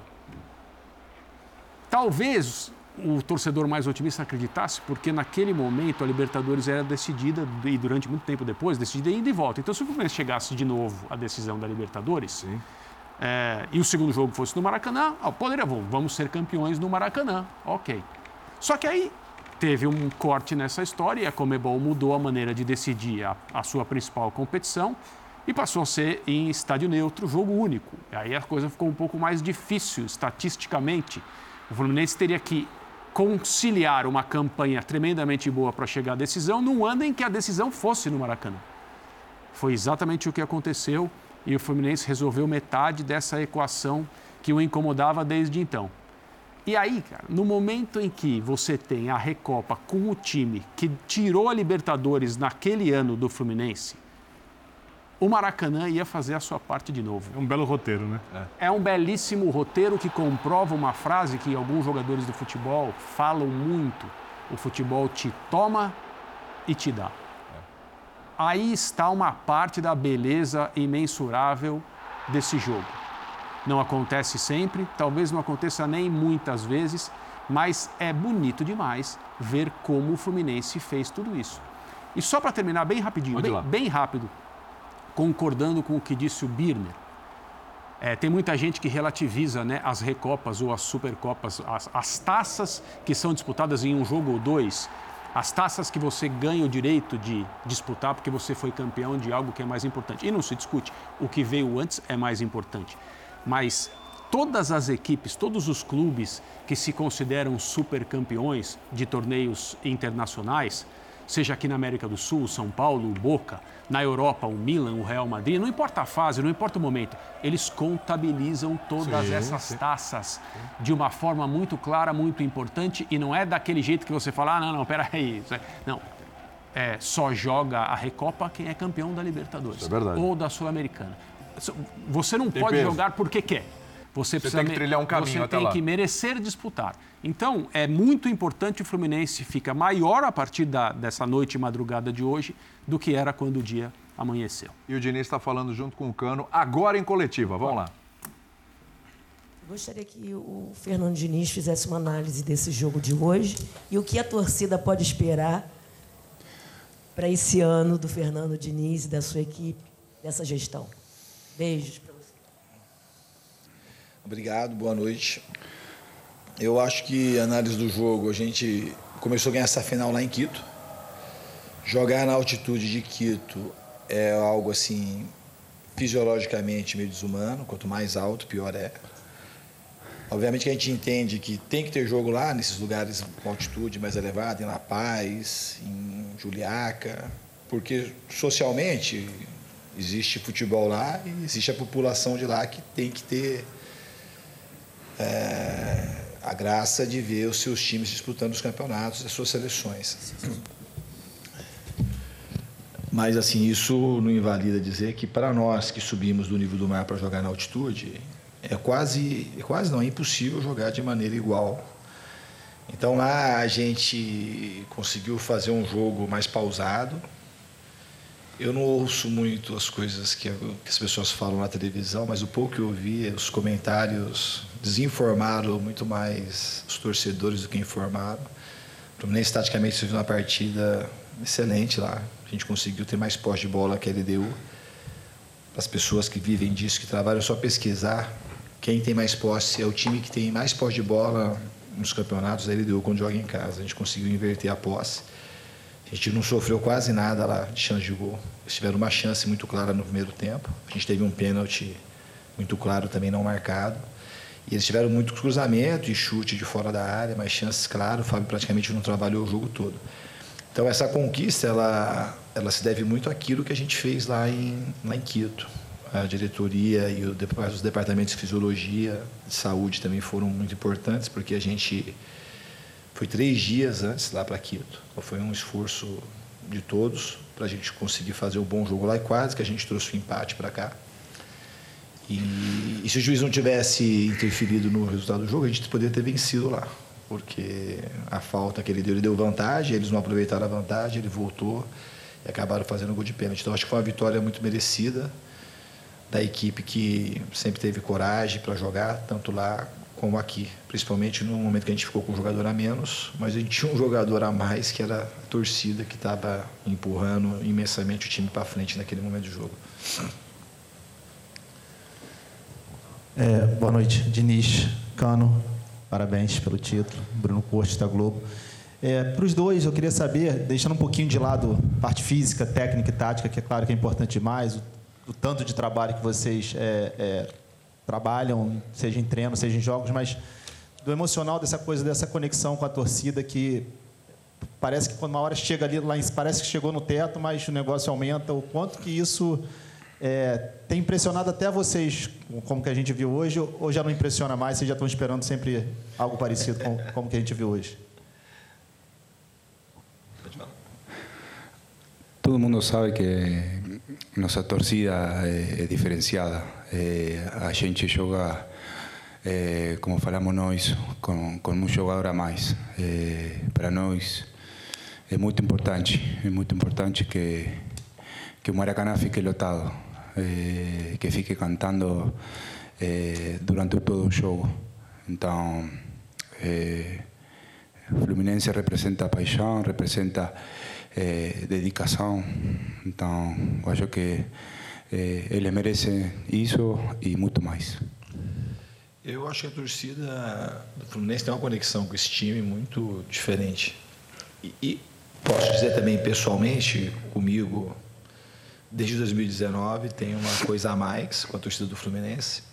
talvez o torcedor mais otimista acreditasse, porque naquele momento a Libertadores era decidida, e durante muito tempo depois, decidida ida e volta. Então, se o Fluminense chegasse de novo à decisão da Libertadores, e o segundo jogo fosse no Maracanã, vamos ser campeões no Maracanã, ok. Só que aí teve um corte nessa história e a Conmebol mudou a maneira de decidir a sua principal competição e passou a ser em estádio neutro, jogo único. E aí a coisa ficou um pouco mais difícil estatisticamente. O Fluminense teria que conciliar uma campanha tremendamente boa para chegar à decisão num ano em que a decisão fosse no Maracanã. Foi exatamente o que aconteceu e o Fluminense resolveu metade dessa equação que o incomodava desde então. E aí, cara, no momento em que você tem a Recopa com o time que tirou a Libertadores naquele ano do Fluminense, o Maracanã ia fazer a sua parte de novo. É um belo roteiro, né? É um belíssimo roteiro que comprova uma frase que alguns jogadores do futebol falam muito. O futebol te toma e te dá. Aí está uma parte da beleza imensurável desse jogo. Não acontece sempre, talvez não aconteça nem muitas vezes, mas é bonito demais ver como o Fluminense fez tudo isso. E só para terminar bem rapidinho, bem rápido, concordando com o que disse o Birner, Tem muita gente que relativiza, né, as recopas ou as supercopas, as taças que são disputadas em um jogo ou dois, as taças que você ganha o direito de disputar porque você foi campeão de algo que é mais importante. E não se discute, o que veio antes é mais importante. Mas todas as equipes, todos os clubes que se consideram supercampeões de torneios internacionais, seja aqui na América do Sul, São Paulo, o Boca, na Europa, o Milan, o Real Madrid, não importa a fase, não importa o momento, eles contabilizam todas essas taças de uma forma muito clara, muito importante, e não é daquele jeito que você fala, não, peraí, não, só joga a Recopa quem é campeão da Libertadores ou da Sul-Americana. Você não pode jogar porque quer. Você tem que trilhar um caminho até lá. Você tem que merecer disputar. Então, é muito importante o Fluminense fica maior a partir dessa noite e madrugada de hoje do que era quando o dia amanheceu. E o Diniz está falando junto com o Cano, agora em coletiva. Vamos lá. Gostaria que o Fernando Diniz fizesse uma análise desse jogo de hoje e o que a torcida pode esperar para esse ano do Fernando Diniz e da sua equipe, dessa gestão. Beijos para você. Obrigado, boa noite. Eu acho que a análise do jogo, a gente começou a ganhar essa final lá em Quito. Jogar na altitude de Quito é algo assim, fisiologicamente meio desumano. Quanto mais alto, pior é. Obviamente que a gente entende que tem que ter jogo lá, nesses lugares com altitude mais elevada, em La Paz, em Juliaca, porque socialmente existe futebol lá e existe a população de lá que tem que ter a graça de ver os seus times disputando os campeonatos, as suas seleções. Mas, assim, isso não invalida dizer que, para nós que subimos do nível do mar para jogar na altitude, é impossível jogar de maneira igual. Então, lá a gente conseguiu fazer um jogo mais pausado. Eu não ouço muito as coisas que as pessoas falam na televisão, mas o pouco que eu ouvi, os comentários desinformaram muito mais os torcedores do que informaram. O Fluminense, taticamente, fez uma partida excelente lá. A gente conseguiu ter mais posse de bola que a LDU. Para as pessoas que vivem disso, que trabalham, é só pesquisar. Quem tem mais posse é o time que tem mais posse de bola nos campeonatos da LDU quando joga em casa. A gente conseguiu inverter a posse. A gente não sofreu quase nada lá de chance de gol. Eles tiveram uma chance muito clara no primeiro tempo. A gente teve um pênalti muito claro também não marcado. E eles tiveram muito cruzamento e chute de fora da área, mas chances claras. O Fábio praticamente não trabalhou o jogo todo. Então essa conquista, ela se deve muito àquilo que a gente fez lá em Quito. A diretoria e os departamentos de fisiologia, de saúde também foram muito importantes, porque a gente foi 3 dias antes lá para Quito. Então foi um esforço de todos para a gente conseguir fazer um bom jogo lá e quase que a gente trouxe o empate para cá. E se o juiz não tivesse interferido no resultado do jogo, a gente poderia ter vencido lá, porque a falta que ele deu vantagem, eles não aproveitaram a vantagem, ele voltou e acabaram fazendo um gol de pênalti. Então acho que foi uma vitória muito merecida da equipe que sempre teve coragem para jogar, tanto lá como aqui, principalmente no momento que a gente ficou com um jogador a menos, mas a gente tinha um jogador a mais, que era a torcida, que estava empurrando imensamente o time para frente naquele momento do jogo. Boa noite, Diniz, Cano, parabéns pelo título, Bruno Cortes da Globo. Para os dois, eu queria saber, deixando um pouquinho de lado a parte física, técnica e tática, que é claro que é importante demais, o tanto de trabalho que vocês trabalham, seja em treino, seja em jogos, mas do emocional dessa conexão com a torcida, que parece que quando uma hora chega ali, parece que chegou no teto, mas o negócio aumenta. O quanto que isso tem impressionado até vocês, como que a gente viu hoje, ou já não impressiona mais, vocês já estão esperando sempre algo parecido com como que a gente viu hoje? Todo mundo sabe que nossa torcida é diferenciada. A gente joga, como falamos nós, com um jogador a mais. Para nós é muito importante que o Maracanã fique lotado, que fique cantando durante todo o jogo. Então, o Fluminense representa paixão, representa dedicação. Então, eu acho que eles merecem isso e muito mais. Eu acho que a torcida do Fluminense tem uma conexão com esse time muito diferente. E posso dizer também pessoalmente, comigo, desde 2019, tem uma coisa a mais com a torcida do Fluminense,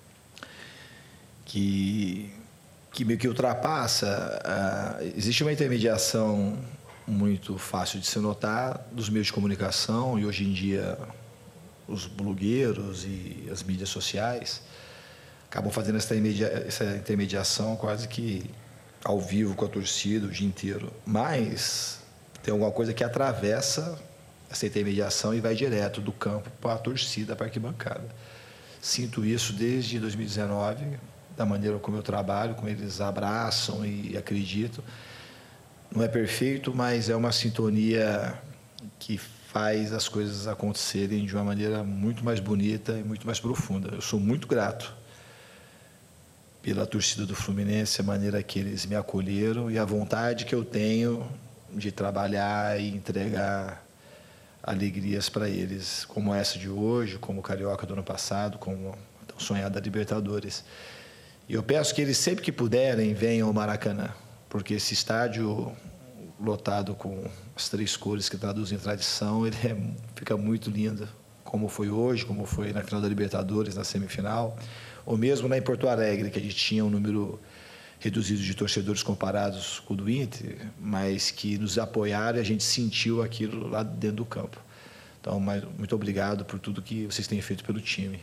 que meio que ultrapassa. Existe uma intermediação muito fácil de se notar dos meios de comunicação, e hoje em dia os blogueiros e as mídias sociais acabam fazendo essa intermediação quase que ao vivo com a torcida o dia inteiro. Mas tem alguma coisa que atravessa essa intermediação e vai direto do campo para a torcida, para a arquibancada. Sinto isso desde 2019, da maneira como eu trabalho, como eles abraçam e acreditam. Não é perfeito, mas é uma sintonia que faz as coisas acontecerem de uma maneira muito mais bonita e muito mais profunda. Eu sou muito grato pela torcida do Fluminense, a maneira que eles me acolheram e a vontade que eu tenho de trabalhar e entregar alegrias para eles, como essa de hoje, como o Carioca do ano passado, como a tão sonhada Libertadores. E eu peço que eles, sempre que puderem, venham ao Maracanã, porque esse estádio lotado com as 3 cores que traduzem tradição, ele fica muito lindo, como foi hoje, como foi na final da Libertadores, na semifinal, ou mesmo lá em Porto Alegre, que a gente tinha um número reduzido de torcedores comparados com o do Inter, mas que nos apoiaram e a gente sentiu aquilo lá dentro do campo. Então, muito obrigado por tudo que vocês têm feito pelo time.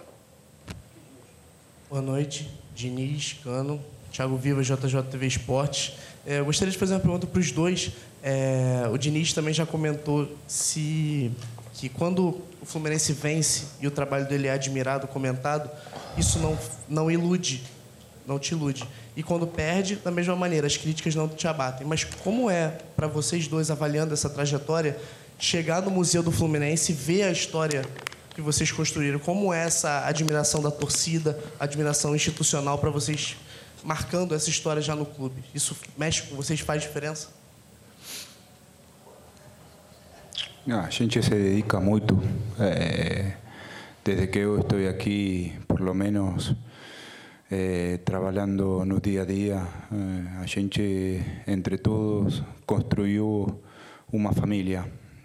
Boa noite, Diniz, Cano, Thiago Viva, JJTV Esportes. Eu gostaria de fazer uma pergunta para os dois. O Diniz também já comentou que quando o Fluminense vence e o trabalho dele é admirado, comentado, isso não ilude, não te ilude. E quando perde, da mesma maneira, as críticas não te abatem. Mas como é para vocês dois, avaliando essa trajetória, chegar no Museu do Fluminense e ver a história que vocês construíram? Como é essa admiração da torcida, admiração institucional para vocês, marcando essa história já no clube? Isso mexe com vocês, faz diferença? A gente se dedica muito. Desde que eu estou aqui, por lo menos, trabalhando no dia a dia, a gente, entre todos, construiu uma família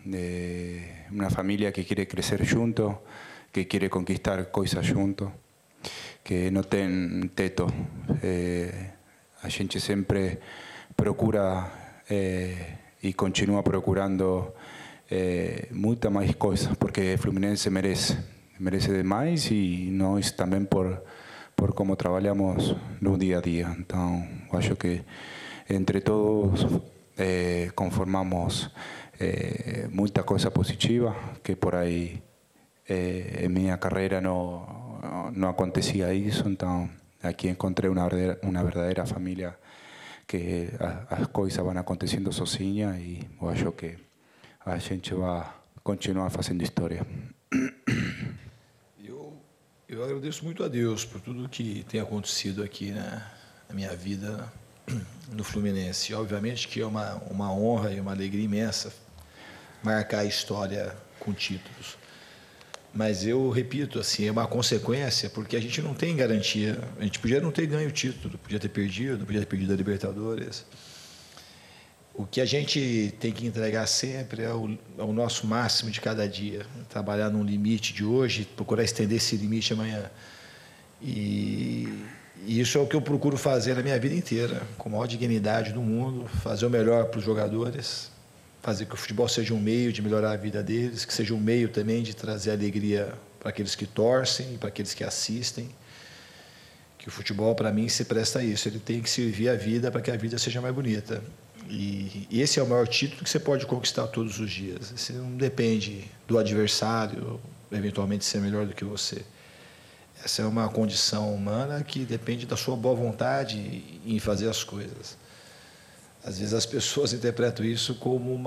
que quer crescer junto, que quer conquistar coisas junto, que não tem teto. A gente sempre procura e continua procurando muita mais coisas, porque Fluminense merece demais, e nós também por como trabalhamos no dia a dia. Então, acho que entre todos conformamos muita coisa positiva, que por aí em minha carreira não acontecia isso. Então, aqui encontrei uma verdadeira família, que as coisas vão acontecendo sozinhas, e eu acho que a gente vai continuar fazendo história. Eu agradeço muito a Deus por tudo que tem acontecido aqui na minha vida no Fluminense. Obviamente que é uma honra e uma alegria imensa marcar a história com títulos. Mas eu repito, assim, é uma consequência, porque a gente não tem garantia. A gente podia não ter ganho o título, podia ter perdido a Libertadores. O que a gente tem que entregar sempre é o nosso máximo de cada dia. Trabalhar num limite de hoje, procurar estender esse limite amanhã. E isso é o que eu procuro fazer na minha vida inteira, com a maior dignidade do mundo, fazer o melhor para os jogadores, fazer que o futebol seja um meio de melhorar a vida deles, que seja um meio também de trazer alegria para aqueles que torcem e para aqueles que assistem. Que o futebol, para mim, se presta a isso. Ele tem que servir a vida para que a vida seja mais bonita. E esse é o maior título que você pode conquistar todos os dias. Você não depende do adversário, eventualmente, ser melhor do que você. Essa é uma condição humana que depende da sua boa vontade em fazer as coisas. Às vezes as pessoas interpretam isso como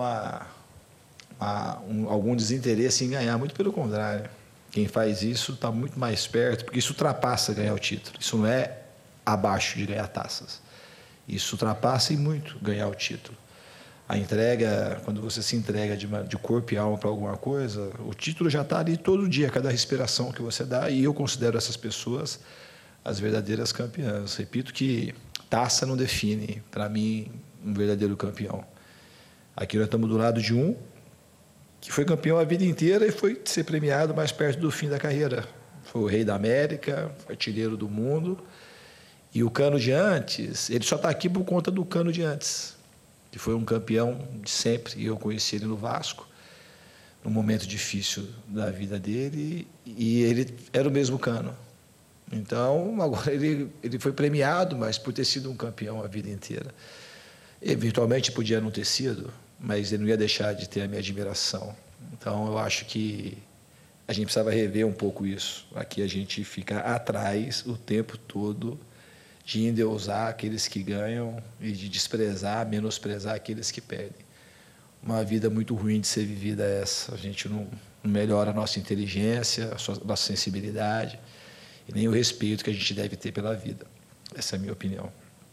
algum desinteresse em ganhar. Muito pelo contrário. Quem faz isso está muito mais perto, porque isso ultrapassa ganhar o título. Isso não é abaixo de ganhar taças. Isso ultrapassa e muito ganhar o título. A entrega, quando você se entrega de corpo e alma para alguma coisa, o título já está ali todo dia, cada respiração que você dá, e eu considero essas pessoas as verdadeiras campeãs. Repito que taça não define, para mim, um verdadeiro campeão. Aqui nós estamos do lado de um que foi campeão a vida inteira e foi ser premiado mais perto do fim da carreira. Foi o rei da América, artilheiro do mundo. E o Cano de antes, ele só está aqui por conta do Cano de antes, que foi um campeão de sempre, e eu conheci ele no Vasco, num momento difícil da vida dele, e ele era o mesmo Cano. Então, agora ele foi premiado, mas por ter sido um campeão a vida inteira. Eventualmente podia não ter sido, mas ele não ia deixar de ter a minha admiração. Então, eu acho que a gente precisava rever um pouco isso. Aqui a gente fica atrás o tempo todo de endeusar aqueles que ganham e de desprezar, menosprezar aqueles que perdem. Uma vida muito ruim de ser vivida essa. A gente não melhora a nossa inteligência, a nossa sensibilidade e nem o respeito que a gente deve ter pela vida. Essa é a minha opinião.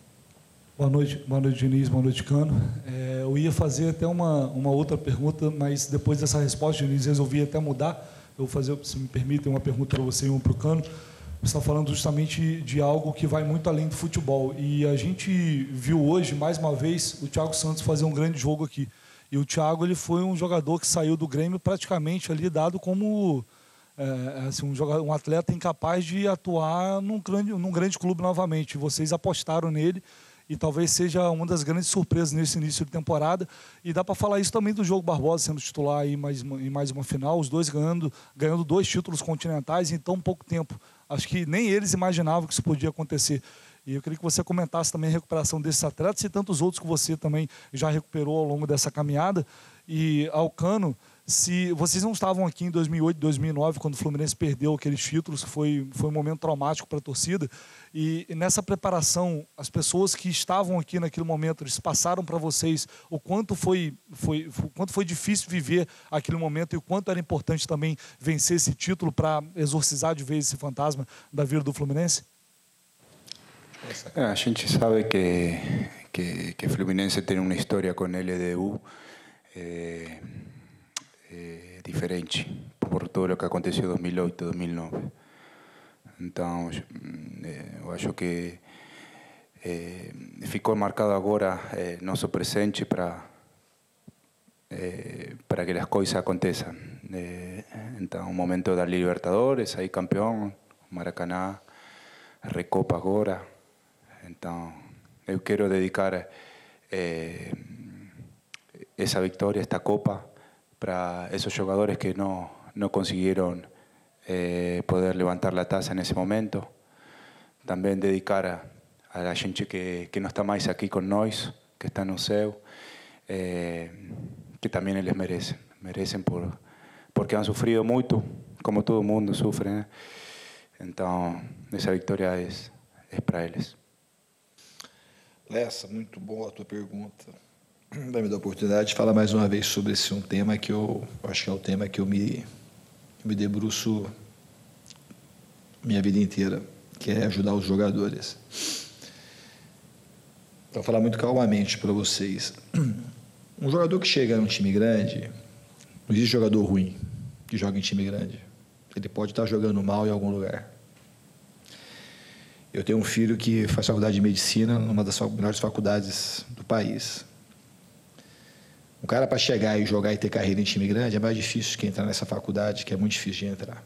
Boa noite, Diniz, boa noite, Cano. Eu ia fazer até uma outra pergunta, mas depois dessa resposta, Diniz, resolvi até mudar. Eu vou fazer, se me permitem, uma pergunta para você e uma para o Cano. Você está falando justamente de algo que vai muito além do futebol. E a gente viu hoje, mais uma vez, o Thiago Santos fazer um grande jogo aqui. E o Thiago, ele foi um jogador que saiu do Grêmio praticamente ali dado como assim, um atleta incapaz de atuar num grande clube novamente. Vocês apostaram nele e talvez seja uma das grandes surpresas nesse início de temporada. E dá para falar isso também do Diogo Barbosa sendo titular aí em mais uma final, os dois ganhando 2 títulos continentais em tão pouco tempo. Acho que nem eles imaginavam que isso podia acontecer. E eu queria que você comentasse também a recuperação desses atletas e tantos outros que você também já recuperou ao longo dessa caminhada. E ao Cano, se vocês não estavam aqui em 2008, 2009, quando o Fluminense perdeu aqueles títulos, foi um momento traumático para a torcida. E nessa preparação, as pessoas que estavam aqui naquele momento, eles passaram para vocês o quanto foi difícil viver aquele momento e o quanto era importante também vencer esse título para exorcizar de vez esse fantasma da vida do Fluminense? A gente sabe que Fluminense tem uma história com LDU diferente por todo o que aconteceu em 2008, 2009. Então, eu acho que ficou marcado agora nosso presente para que as coisas aconteçam. Então, o momento da Libertadores, aí campeão, Maracanã, a Recopa agora. Então, eu quero dedicar essa vitória, esta Copa, para esos jogadores que no consiguieron poder levantar la taza en ese momento. También dedicar a la gente que no está más aquí con nós, que está no céu, que también eles merecen porque han sufrido mucho, como todo mundo sufre, né? Então, essa vitória é para eles. Lessa, muito boa a tua pergunta. Vai me dar a oportunidade de falar mais uma vez sobre esse tema que eu acho que é o tema que eu me debruço minha vida inteira, que é ajudar os jogadores. Vou falar muito calmamente para vocês. Um jogador que chega num time grande, não existe jogador ruim que joga em time grande. Ele pode estar jogando mal em algum lugar. Eu tenho um filho que faz faculdade de medicina numa das melhores faculdades do país. Um cara para chegar e jogar e ter carreira em time grande é mais difícil que entrar nessa faculdade, que é muito difícil de entrar.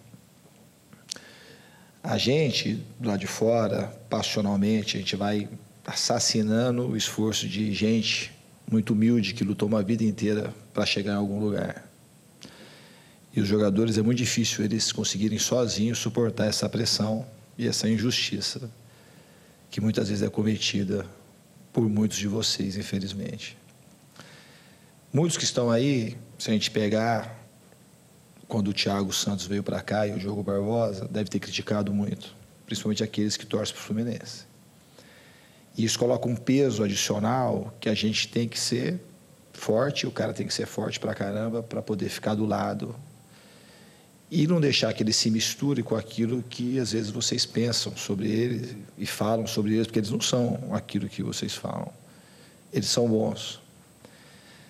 A gente, do lado de fora, passionalmente, a gente vai assassinando o esforço de gente muito humilde que lutou uma vida inteira para chegar em algum lugar. E os jogadores, é muito difícil eles conseguirem sozinhos suportar essa pressão e essa injustiça que muitas vezes é cometida por muitos de vocês, infelizmente. Muitos que estão aí, se a gente pegar quando o Thiago Santos veio para cá e o Diogo Barbosa, deve ter criticado muito, principalmente aqueles que torcem para o Fluminense. E isso coloca um peso adicional que a gente tem que ser forte, o cara tem que ser forte pra caramba para poder ficar do lado e não deixar que ele se misture com aquilo que às vezes vocês pensam sobre eles e falam sobre eles, porque eles não são aquilo que vocês falam. Eles são bons.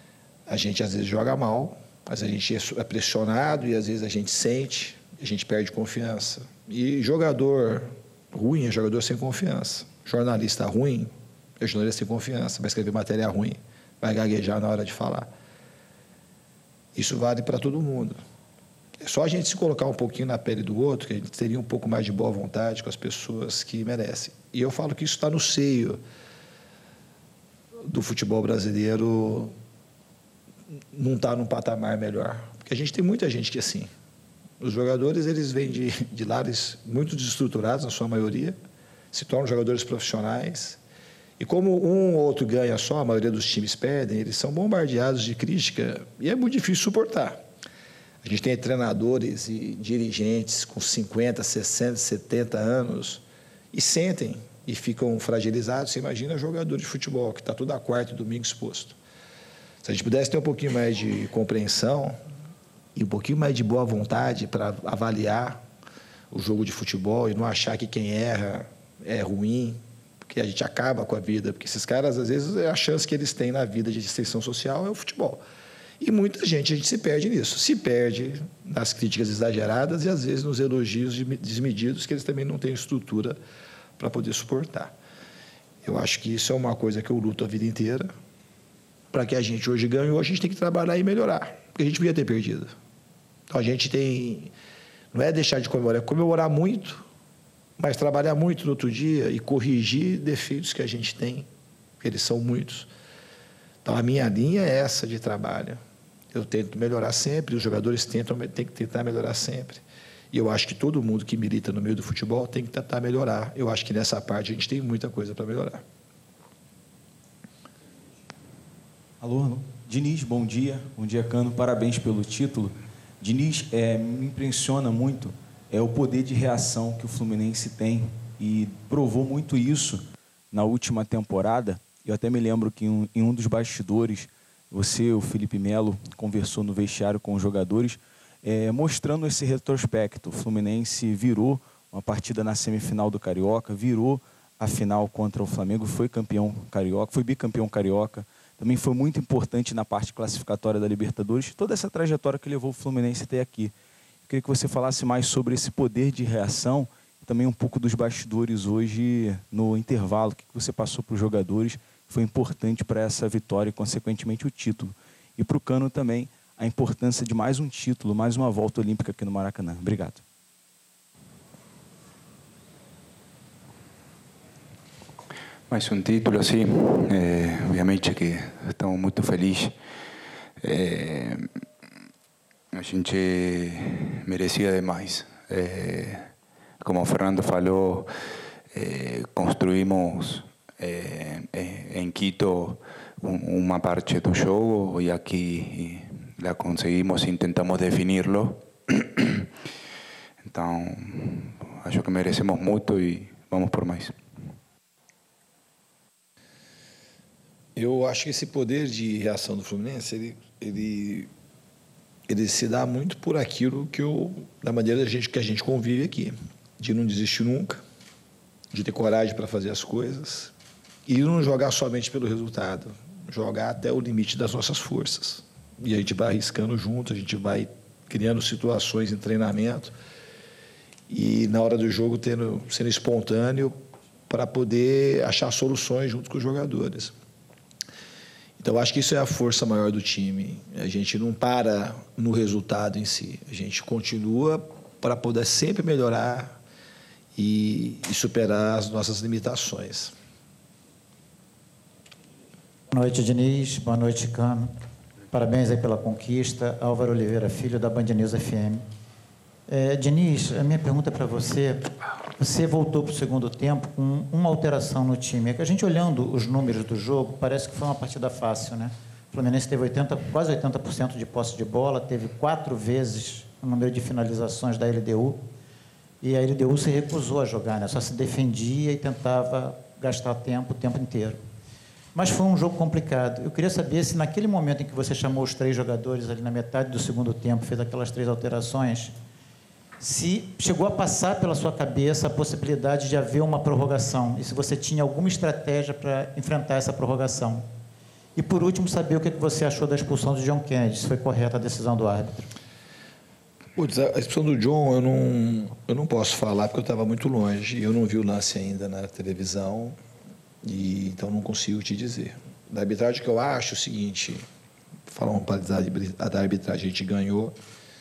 A gente às vezes joga mal, mas a gente é pressionado e às vezes a gente sente, a gente perde confiança. E jogador ruim é jogador sem confiança. Jornalista ruim é jornalista sem confiança, vai escrever matéria ruim, vai gaguejar na hora de falar. Isso vale para todo mundo. É só a gente se colocar um pouquinho na pele do outro, que a gente teria um pouco mais de boa vontade com as pessoas que merecem. E eu falo que isso está no seio do futebol brasileiro, não está num patamar melhor. Porque a gente tem muita gente que é assim. Os jogadores, eles vêm de lares muito desestruturados, na sua maioria, se tornam jogadores profissionais. E como um ou outro ganha só, a maioria dos times perdem, eles são bombardeados de crítica e é muito difícil suportar. A gente tem treinadores e dirigentes com 50, 60, 70 anos e sentem e ficam fragilizados. Você imagina jogador de futebol que está toda quarta e domingo exposto. Se a gente pudesse ter um pouquinho mais de compreensão e um pouquinho mais de boa vontade para avaliar o jogo de futebol e não achar que quem erra é ruim, porque a gente acaba com a vida, porque esses caras, às vezes, a chance que eles têm na vida de extensão social é o futebol. E muita gente, a gente se perde nisso. Se perde nas críticas exageradas e, às vezes, nos elogios desmedidos, que eles também não têm estrutura para poder suportar. Eu acho que isso é uma coisa que eu luto a vida inteira. Para que a gente hoje ganhe, a gente tem que trabalhar e melhorar, porque a gente podia ter perdido. Então, a gente tem... Não é deixar de comemorar, é comemorar muito, mas trabalhar muito no outro dia e corrigir defeitos que a gente tem, porque eles são muitos. Então, a minha linha é essa de trabalho. Eu tento melhorar sempre, os jogadores têm que tentar melhorar sempre. E eu acho que todo mundo que milita no meio do futebol tem que tentar melhorar. Eu acho que nessa parte a gente tem muita coisa para melhorar. Alô? Diniz, bom dia. Bom dia, Cano. Parabéns pelo título. Diniz, me impressiona muito o poder de reação que o Fluminense tem e provou muito isso na última temporada. Eu até me lembro que em um dos bastidores, você, o Felipe Melo, conversou no vestiário com os jogadores, mostrando esse retrospecto. O Fluminense virou uma partida na semifinal do Carioca, virou a final contra o Flamengo, foi campeão carioca, foi bicampeão carioca, também foi muito importante na parte classificatória da Libertadores, toda essa trajetória que levou o Fluminense até aqui. Eu queria que você falasse mais sobre esse poder de reação e também um pouco dos bastidores hoje no intervalo, o que você passou para os jogadores, que foi importante para essa vitória e, consequentemente, o título. E para o Cano também, a importância de mais um título, mais uma volta olímpica aqui no Maracanã. Obrigado. Mais um título, sim. Obviamente que estamos muito felizes. A gente merecia demais. Como o Fernando falou, construímos em Quito uma parte do jogo e aqui la conseguimos e tentamos definirlo. Então, acho que merecemos muito e vamos por mais. Eu acho que esse poder de reação do Fluminense, ele se dá muito por aquilo da maneira que a gente convive aqui, de não desistir nunca, de ter coragem para fazer as coisas e não jogar somente pelo resultado, jogar até o limite das nossas forças. E a gente vai arriscando junto, a gente vai criando situações em treinamento e na hora do jogo sendo espontâneo para poder achar soluções junto com os jogadores. Então, acho que isso é a força maior do time. A gente não para no resultado em si. A gente continua para poder sempre melhorar e superar as nossas limitações. Boa noite, Diniz. Boa noite, Cano. Parabéns aí pela conquista. Álvaro Oliveira Filho, da Band News FM. Diniz, a minha pergunta para você... Você voltou para o segundo tempo com uma alteração no time. É que a gente, olhando os números do jogo, parece que foi uma partida fácil, né? O Fluminense teve quase 80% de posse de bola, teve 4 vezes o número de finalizações da LDU, e a LDU se recusou a jogar, né? Só se defendia e tentava gastar tempo o tempo inteiro. Mas foi um jogo complicado. Eu queria saber se naquele momento em que você chamou os 3 jogadores ali na metade do segundo tempo, fez aquelas 3 alterações, se chegou a passar pela sua cabeça a possibilidade de haver uma prorrogação e se você tinha alguma estratégia para enfrentar essa prorrogação. E, por último, saber o que você achou da expulsão de John Kennedy, se foi correta a decisão do árbitro. Putz, a expulsão do John eu não posso falar porque eu estava muito longe. Eu não vi o lance ainda na televisão, e então não consigo te dizer. Da arbitragem, que eu acho o seguinte, falando da arbitragem, a gente ganhou,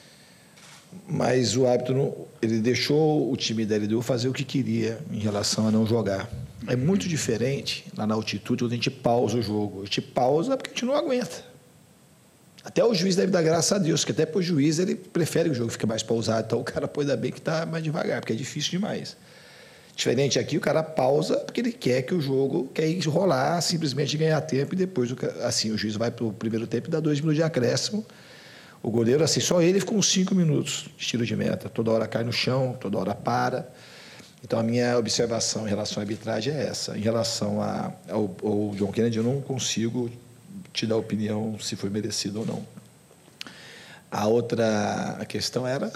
mas o árbitro ele deixou o time da LDU fazer o que queria em relação a não jogar. É muito diferente lá na altitude, onde a gente pausa o jogo. A gente pausa porque a gente não aguenta. Até o juiz deve dar graças a Deus, que até para o juiz ele prefere que o jogo fique mais pausado. Então o cara pode dar bem que está mais devagar, porque é difícil demais. Diferente aqui, o cara pausa porque ele quer que o jogo quer rolar, simplesmente ganhar tempo, e depois assim, o juiz vai para o primeiro tempo e dá 2 minutos de acréscimo. O goleiro, assim, só ele ficou uns 5 minutos de tiro de meta. Toda hora cai no chão, toda hora para. Então, a minha observação em relação à arbitragem é essa. Em relação ao John Kennedy, eu não consigo te dar opinião se foi merecido ou não. A outra questão era...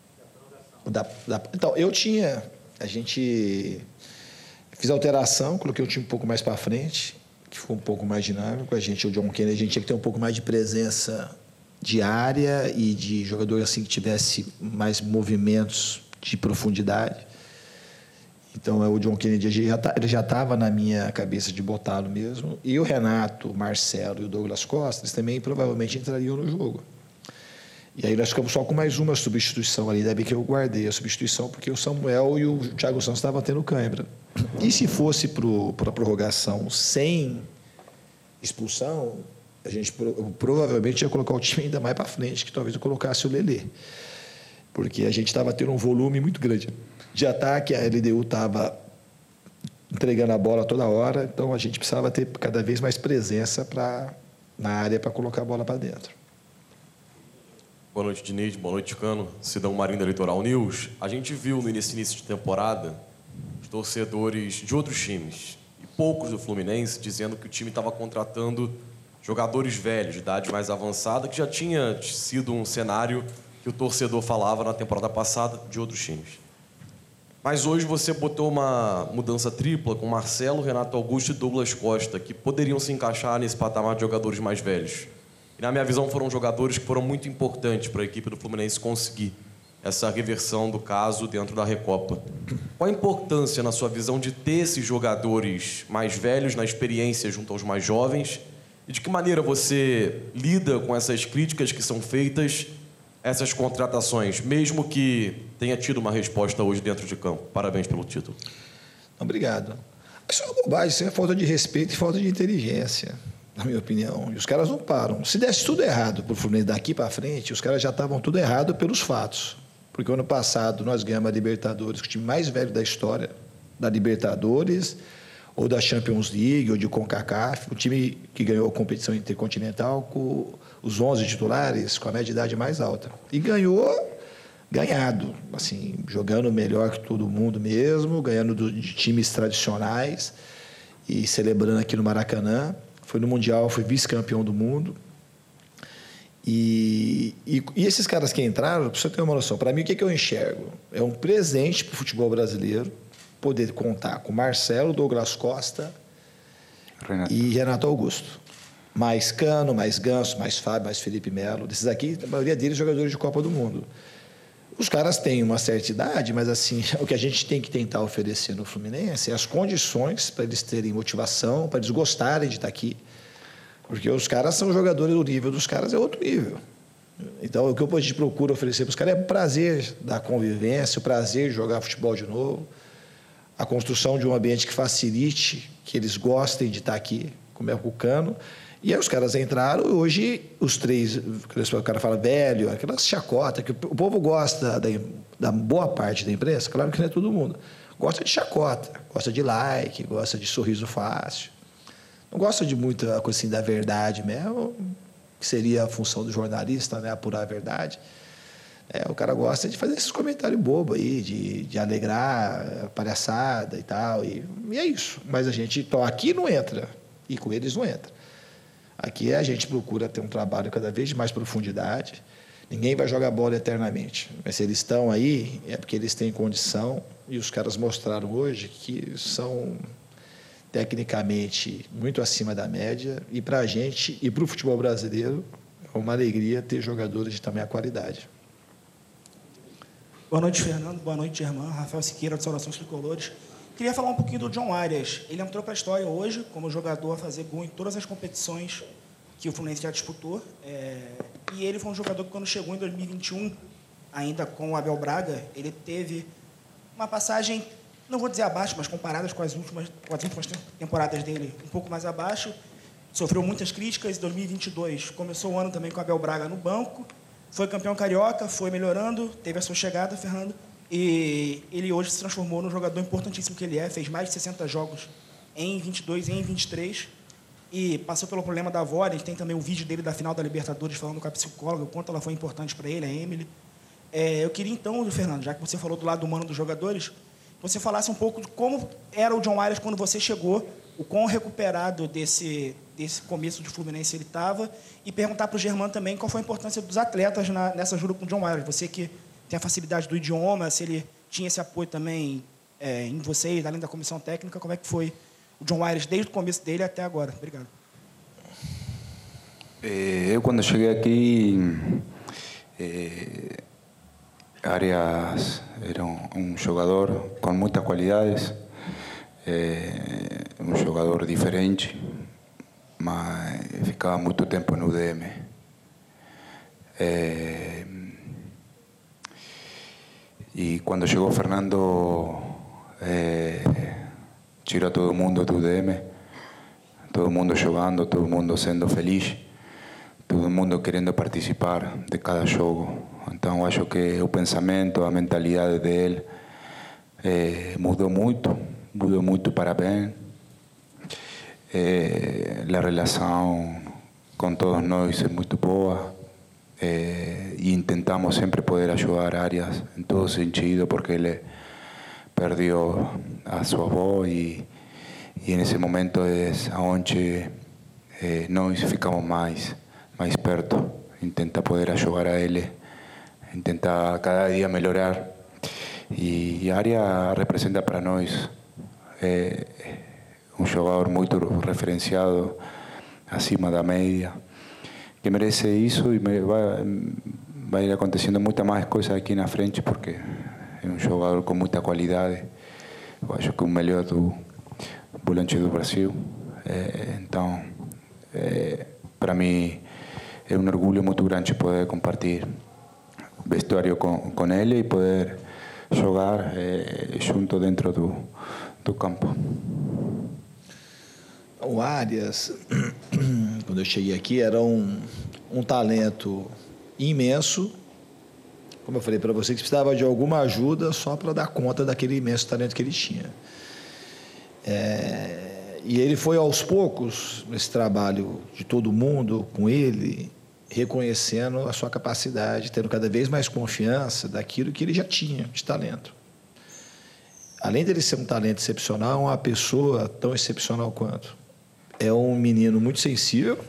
Então, a gente fiz alteração, coloquei o time um pouco mais para frente, que ficou um pouco mais dinâmico. O John Kennedy, a gente tinha que ter um pouco mais de presença de área e de jogador assim que tivesse mais movimentos de profundidade. Então, o John Kennedy ele já estava na minha cabeça de botá-lo mesmo. E o Renato, o Marcelo e o Douglas Costa, eles também provavelmente entrariam no jogo. E aí nós ficamos só com mais uma substituição ali. Ainda bem que eu guardei a substituição, porque o Samuel e o Thiago Santos estavam tendo cãibra. E se fosse para a prorrogação sem expulsão, a gente provavelmente ia colocar o time ainda mais para frente, que talvez eu colocasse o Lelê. Porque a gente estava tendo um volume muito grande de ataque, a LDU estava entregando a bola toda hora, então a gente precisava ter cada vez mais presença na área para colocar a bola para dentro. Boa noite, Diniz. Boa noite, Cano. Sidão Marinho da Litoral News. A gente viu no início de temporada os torcedores de outros times e poucos do Fluminense dizendo que o time estava contratando jogadores velhos, de idade mais avançada, que já tinha sido um cenário que o torcedor falava na temporada passada de outros times. Mas hoje você botou uma mudança tripla com Marcelo, Renato Augusto e Douglas Costa, que poderiam se encaixar nesse patamar de jogadores mais velhos. E, na minha visão, foram jogadores que foram muito importantes para a equipe do Fluminense conseguir essa reversão do caso dentro da Recopa. Qual a importância, na sua visão, de ter esses jogadores mais velhos na experiência junto aos mais jovens? E de que maneira você lida com essas críticas que são feitas, essas contratações, mesmo que tenha tido uma resposta hoje dentro de campo? Parabéns pelo título. Obrigado. Isso é uma bobagem, isso é falta de respeito e falta de inteligência, na minha opinião. E os caras não param. Se desse tudo errado para o Fluminense daqui para frente, os caras já estavam tudo errado pelos fatos. Porque ano passado nós ganhamos a Libertadores, o time mais velho da história da Libertadores, ou da Champions League, ou de CONCACAF, o time que ganhou a competição intercontinental com os 11 titulares, com a média de idade mais alta. E ganhado, assim, jogando melhor que todo mundo mesmo, ganhando de times tradicionais e celebrando aqui no Maracanã. Foi no Mundial, foi vice-campeão do mundo. E esses caras que entraram, para você ter uma noção, para mim o que eu enxergo? É um presente para o futebol brasileiro poder contar com Marcelo, Douglas Costa e Renato Augusto. Mais Cano, mais Ganso, mais Fábio, mais Felipe Melo. Desses aqui, a maioria deles jogadores de Copa do Mundo. Os caras têm uma certa idade, mas assim, o que a gente tem que tentar oferecer no Fluminense é as condições para eles terem motivação, para eles gostarem de estar aqui. Porque os caras são jogadores, o nível dos caras é outro nível. Então, o que a gente procura oferecer para os caras é o prazer da convivência, o prazer de jogar futebol de novo, a construção de um ambiente que facilite, que eles gostem de estar aqui, como é o Cano. E aí os caras entraram, hoje os três, o cara fala velho, aquela chacota, que o povo gosta da boa parte da imprensa, claro que não é todo mundo, gosta de chacota, gosta de like, gosta de sorriso fácil, não gosta de muita coisa assim da verdade mesmo, que seria a função do jornalista, né, apurar a verdade. O cara gosta de fazer esses comentários bobos aí, de alegrar, palhaçada e tal, e é isso. Mas a gente, então, aqui não entra, e com eles não entra. Aqui a gente procura ter um trabalho cada vez de mais profundidade. Ninguém vai jogar bola eternamente. Mas se eles estão aí, é porque eles têm condição. E os caras mostraram hoje que tecnicamente muito acima da média, e para a gente e para o futebol brasileiro é uma alegria ter jogadores de tamanha qualidade. Boa noite, Fernando. Boa noite, Germán. Rafael Siqueira, de Saudações Tricolores. Queria falar um pouquinho do John Arias. Ele entrou para a história hoje como jogador a fazer gol em todas as competições que o Fluminense já disputou. E ele foi um jogador que, quando chegou em 2021, ainda com o Abel Braga, ele teve uma passagem, não vou dizer abaixo, mas comparadas com as últimas temporadas dele, um pouco mais abaixo. Sofreu muitas críticas. Em 2022, começou o ano também com o Abel Braga no banco. Foi campeão carioca, foi melhorando, teve a sua chegada, Fernando. E ele hoje se transformou no jogador importantíssimo que ele é. Fez mais de 60 jogos em 22 e em 23. E passou pelo problema da avó. A gente tem também o vídeo dele da final da Libertadores falando com a psicóloga, o quanto ela foi importante para ele, a Emily. Eu queria então, Fernando, já que você falou do lado humano dos jogadores, que você falasse um pouco de como era o John Arias quando você chegou, o quão recuperado desse começo de Fluminense ele estava, e perguntar para o Germán também qual foi a importância dos atletas nessa ajuda com o John Arias. Você que tem a facilidade do idioma, se ele tinha esse apoio também em vocês, além da comissão técnica, como é que foi o John Arias desde o começo dele até agora? Obrigado. Eu, quando cheguei aqui, Arias era um jogador com muitas qualidades, um jogador diferente, mas ficava muito tempo no UDM. E quando chegou Fernando, tirou todo mundo do UDM, todo mundo jogando, todo mundo sendo feliz, todo mundo querendo participar de cada jogo. Então, acho que o pensamento, a mentalidade dele mudou muito para bem. A relação com todos nós é muito boa. E intentamos sempre poder ajudar Arias em todo sentido, porque ele perdeu a sua avó e nesse momento é onde nós ficamos mais perto, tentar poder ajudar a ele, tentar cada dia melhorar. E Arias representa para nós um jogador muito referenciado, acima da média, que merece isso, e vai ir acontecendo muitas mais coisas aqui na frente, porque é um jogador com muita qualidade. Eu acho que o melhor do volante do Brasil. Então, para mim, é um orgulho muito grande poder compartilhar vestuário com ele e poder jogar junto dentro do campo. O Arias, quando eu cheguei aqui, era um talento imenso. Como eu falei para você, que precisava de alguma ajuda só para dar conta daquele imenso talento que ele tinha. E ele foi aos poucos, nesse trabalho de todo mundo com ele, reconhecendo a sua capacidade, tendo cada vez mais confiança daquilo que ele já tinha de talento. Além dele ser um talento excepcional, é uma pessoa tão excepcional quanto. É um menino muito sensível,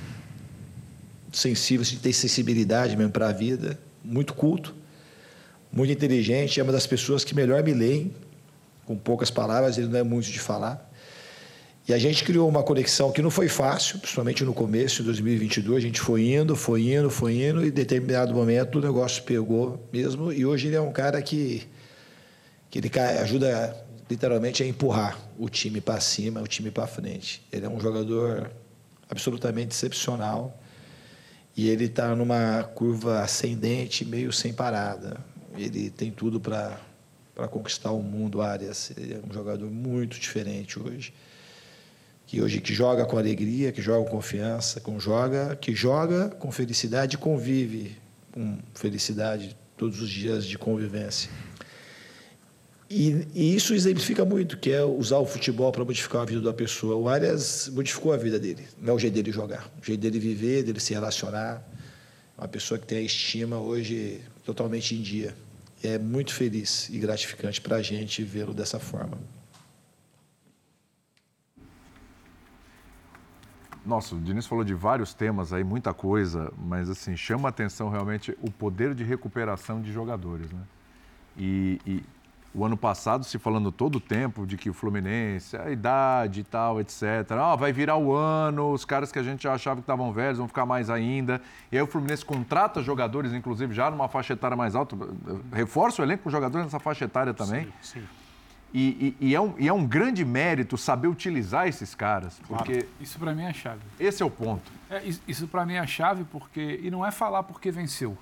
assim, tem sensibilidade mesmo para a vida, muito culto, muito inteligente, é uma das pessoas que melhor me leem, com poucas palavras, ele não é muito de falar. E a gente criou uma conexão que não foi fácil, principalmente no começo de 2022, a gente foi indo, e em determinado momento o negócio pegou mesmo, e hoje ele é um cara que ele ajuda literalmente a empurrar o time para cima, o time para frente. Ele é um jogador absolutamente excepcional e ele está numa curva ascendente, meio sem parada. Ele tem tudo para conquistar o mundo, Arias. Ele é um jogador muito diferente hoje, que joga com alegria, que joga com confiança, que joga com felicidade e convive com felicidade todos os dias de convivência. E isso exemplifica muito, que é usar o futebol para modificar a vida da pessoa. O Arias modificou a vida dele, não é o jeito dele jogar, o jeito dele viver, dele se relacionar. É uma pessoa que tem a estima hoje totalmente em dia. É muito feliz e gratificante para a gente vê-lo dessa forma. Nossa, o Diniz falou de vários temas aí, muita coisa, mas assim, chama a atenção realmente o poder de recuperação de jogadores, né? E o ano passado se falando todo o tempo de que o Fluminense, a idade e tal, etc. Vai virar o ano, os caras que a gente já achava que estavam velhos vão ficar mais ainda. E aí o Fluminense contrata jogadores, inclusive, já numa faixa etária mais alta, reforça o elenco com jogadores nessa faixa etária também. Sim, sim. E é um grande mérito saber utilizar esses caras, porque... Claro. Isso para mim é a chave. Esse é o ponto. Isso para mim é a chave, e não é falar porque venceu.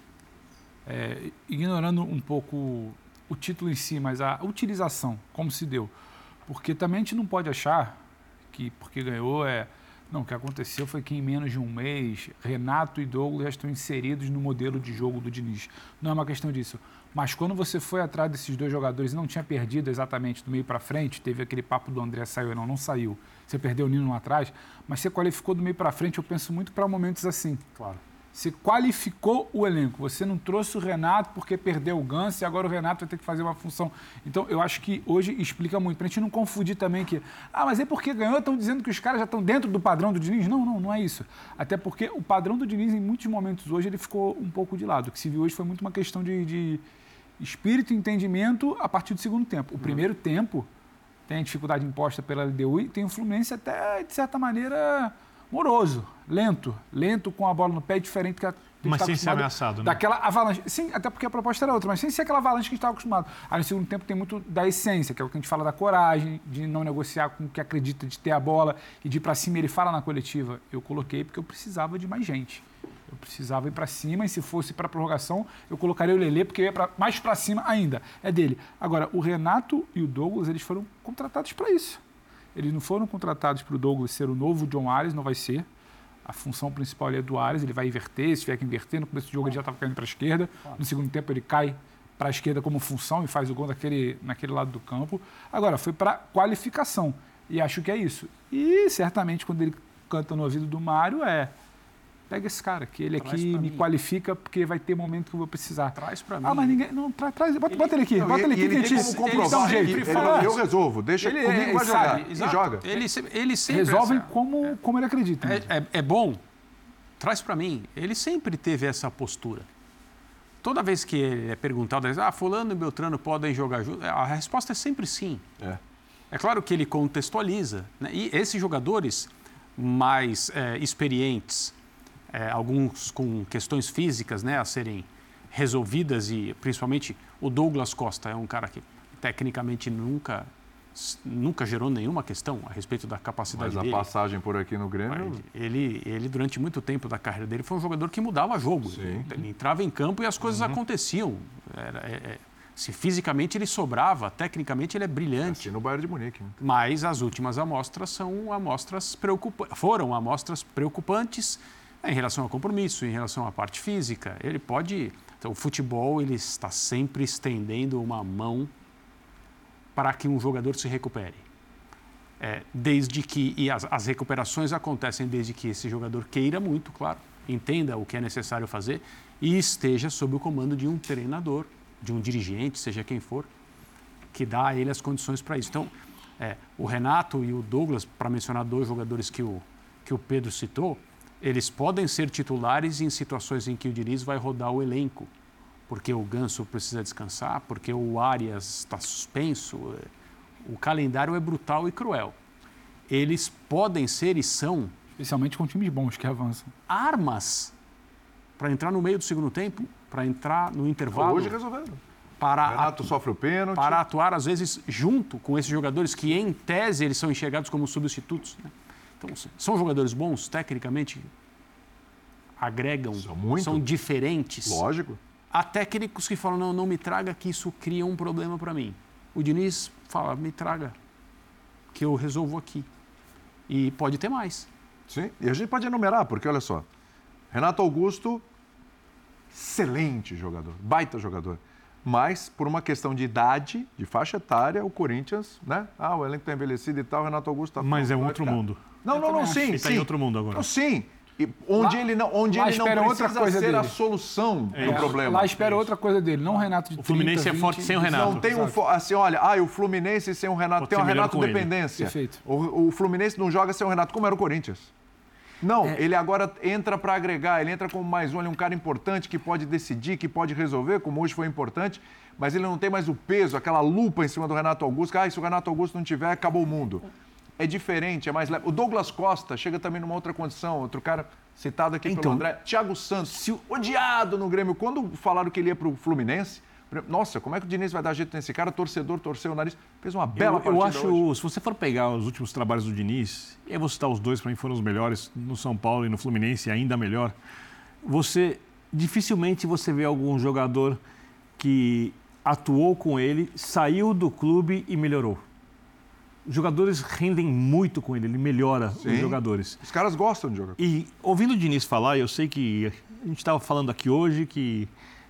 Ignorando um pouco o título em si, mas a utilização, como se deu. Porque também a gente não pode achar que porque ganhou Não, o que aconteceu foi que em menos de um mês, Renato e Douglas já estão inseridos no modelo de jogo do Diniz. Não é uma questão disso. Mas quando você foi atrás desses dois jogadores e não tinha perdido exatamente do meio para frente, teve aquele papo do André, saiu, não saiu. Você perdeu o Nino lá atrás, mas você qualificou do meio para frente, eu penso muito para momentos assim. Claro. Você qualificou o elenco. Você não trouxe o Renato porque perdeu o Ganso e agora o Renato vai ter que fazer uma função. Então, eu acho que hoje explica muito. Para a gente não confundir também que... mas é porque ganhou, estão dizendo que os caras já estão dentro do padrão do Diniz. Não é isso. Até porque o padrão do Diniz, em muitos momentos hoje, ele ficou um pouco de lado. O que se viu hoje foi muito uma questão de espírito e entendimento a partir do segundo tempo. O primeiro tempo tem a dificuldade imposta pela LDU e tem o Fluminense até, de certa maneira... moroso, lento com a bola no pé, diferente do que a gente mas sem ser ameaçado, né? Daquela avalanche. Sim, até porque a proposta era outra, mas sem ser aquela avalanche que a gente estava acostumado. Aí no segundo tempo tem muito da essência, que é o que a gente fala da coragem, de não negociar com o que acredita, de ter a bola e de ir para cima. Ele fala na coletiva, eu coloquei porque eu precisava de mais gente. Eu precisava ir para cima e se fosse para prorrogação, eu colocaria o Lelê porque eu ia mais para cima ainda. É dele. Agora, o Renato e o Douglas, eles foram contratados para isso. Eles não foram contratados para o Douglas ser o novo John Arias, não vai ser. A função principal é do Arias, ele vai inverter, se tiver que inverter. No começo do jogo ele já estava caindo para a esquerda, no segundo tempo ele cai para a esquerda como função e faz o gol naquele lado do campo. Agora, foi para qualificação e acho que é isso. E certamente quando ele canta no ouvido do Mário pega esse cara, que ele aqui me qualifica porque vai ter momento que eu vou precisar. Traz para mim. Mas ninguém... Não, traz, bota ele aqui. Bota ele aqui. Ele tem como comprovar. Eu resolvo. Deixa comigo, vai jogar. E joga. Ele sempre... Resolvem como ele acredita. É bom. Traz para mim. Ele sempre teve essa postura. Toda vez que ele é perguntado, fulano e Beltrano podem jogar junto, a resposta é sempre sim. É claro que ele contextualiza. Né? E esses jogadores mais experientes, alguns com questões físicas, né, a serem resolvidas e principalmente o Douglas Costa é um cara que tecnicamente nunca gerou nenhuma questão a respeito da capacidade dele. Mas a passagem por aqui no Grêmio... Ele durante muito tempo da carreira dele foi um jogador que mudava jogo. Ele entrava em campo e as coisas aconteciam. Se fisicamente ele sobrava, tecnicamente ele é brilhante. Assim no Bayern de Munique. Né? Mas as últimas amostras foram amostras preocupantes em relação ao compromisso, em relação à parte física. Então, o futebol ele está sempre estendendo uma mão para que um jogador se recupere. As recuperações acontecem desde que esse jogador queira muito, claro, entenda o que é necessário fazer e esteja sob o comando de um treinador, de um dirigente, seja quem for, que dá a ele as condições para isso. Então, o Renato e o Douglas, para mencionar dois jogadores que o Pedro citou, eles podem ser titulares em situações em que o Diniz vai rodar o elenco, porque o Ganso precisa descansar, porque o Arias está suspenso. O calendário é brutal e cruel. Eles podem ser e são... Especialmente com times bons que avançam. Armas para entrar no meio do segundo tempo, para entrar no intervalo. Hoje resolveram. Renato sofre o pênalti. Para atuar, às vezes, junto com esses jogadores que, em tese, eles são enxergados como substitutos, né? Então, são jogadores bons, tecnicamente, agregam, são diferentes. Lógico. Há técnicos que falam, não me traga que isso cria um problema para mim. O Diniz fala, me traga, que eu resolvo aqui. E pode ter mais. Sim, e a gente pode enumerar, porque olha só, Renato Augusto, excelente jogador, baita jogador. Mas, por uma questão de idade, de faixa etária, o Corinthians, né? O elenco está envelhecido e tal, o Renato Augusto está... Mas é um outro mundo. Não, sim. Ele está em outro mundo agora. Não, sim. Onde ele não precisa ser a solução do problema. Lá espera outra coisa dele, não o Renato de 30, O Fluminense é forte sem o Renato. Não tem o Fluminense sem o Renato, tem o Renato dependência. Perfeito. O Fluminense não joga sem o Renato, como era o Corinthians. Não, ele agora entra para agregar, ele entra como mais um, ele é um cara importante que pode decidir, que pode resolver, como hoje foi importante, mas ele não tem mais o peso, aquela lupa em cima do Renato Augusto, que se o Renato Augusto não tiver, acabou o mundo. É diferente, é mais leve. O Douglas Costa chega também numa outra condição, outro cara citado aqui pelo André. Thiago Santos, odiado no Grêmio. Quando falaram que ele ia para o Fluminense, nossa, como é que o Diniz vai dar jeito nesse cara? Torcedor torceu o nariz, fez uma bela partida Eu acho, hoje. se você for pegar os últimos trabalhos do Diniz, eu vou citar os dois, para mim foram os melhores, no São Paulo e no Fluminense, ainda melhor. Dificilmente você vê algum jogador que atuou com ele, saiu do clube e melhorou. Os jogadores rendem muito com ele, ele melhora os jogadores. Os caras gostam de jogar. E ouvindo o Diniz falar, eu sei que a gente estava falando aqui hoje que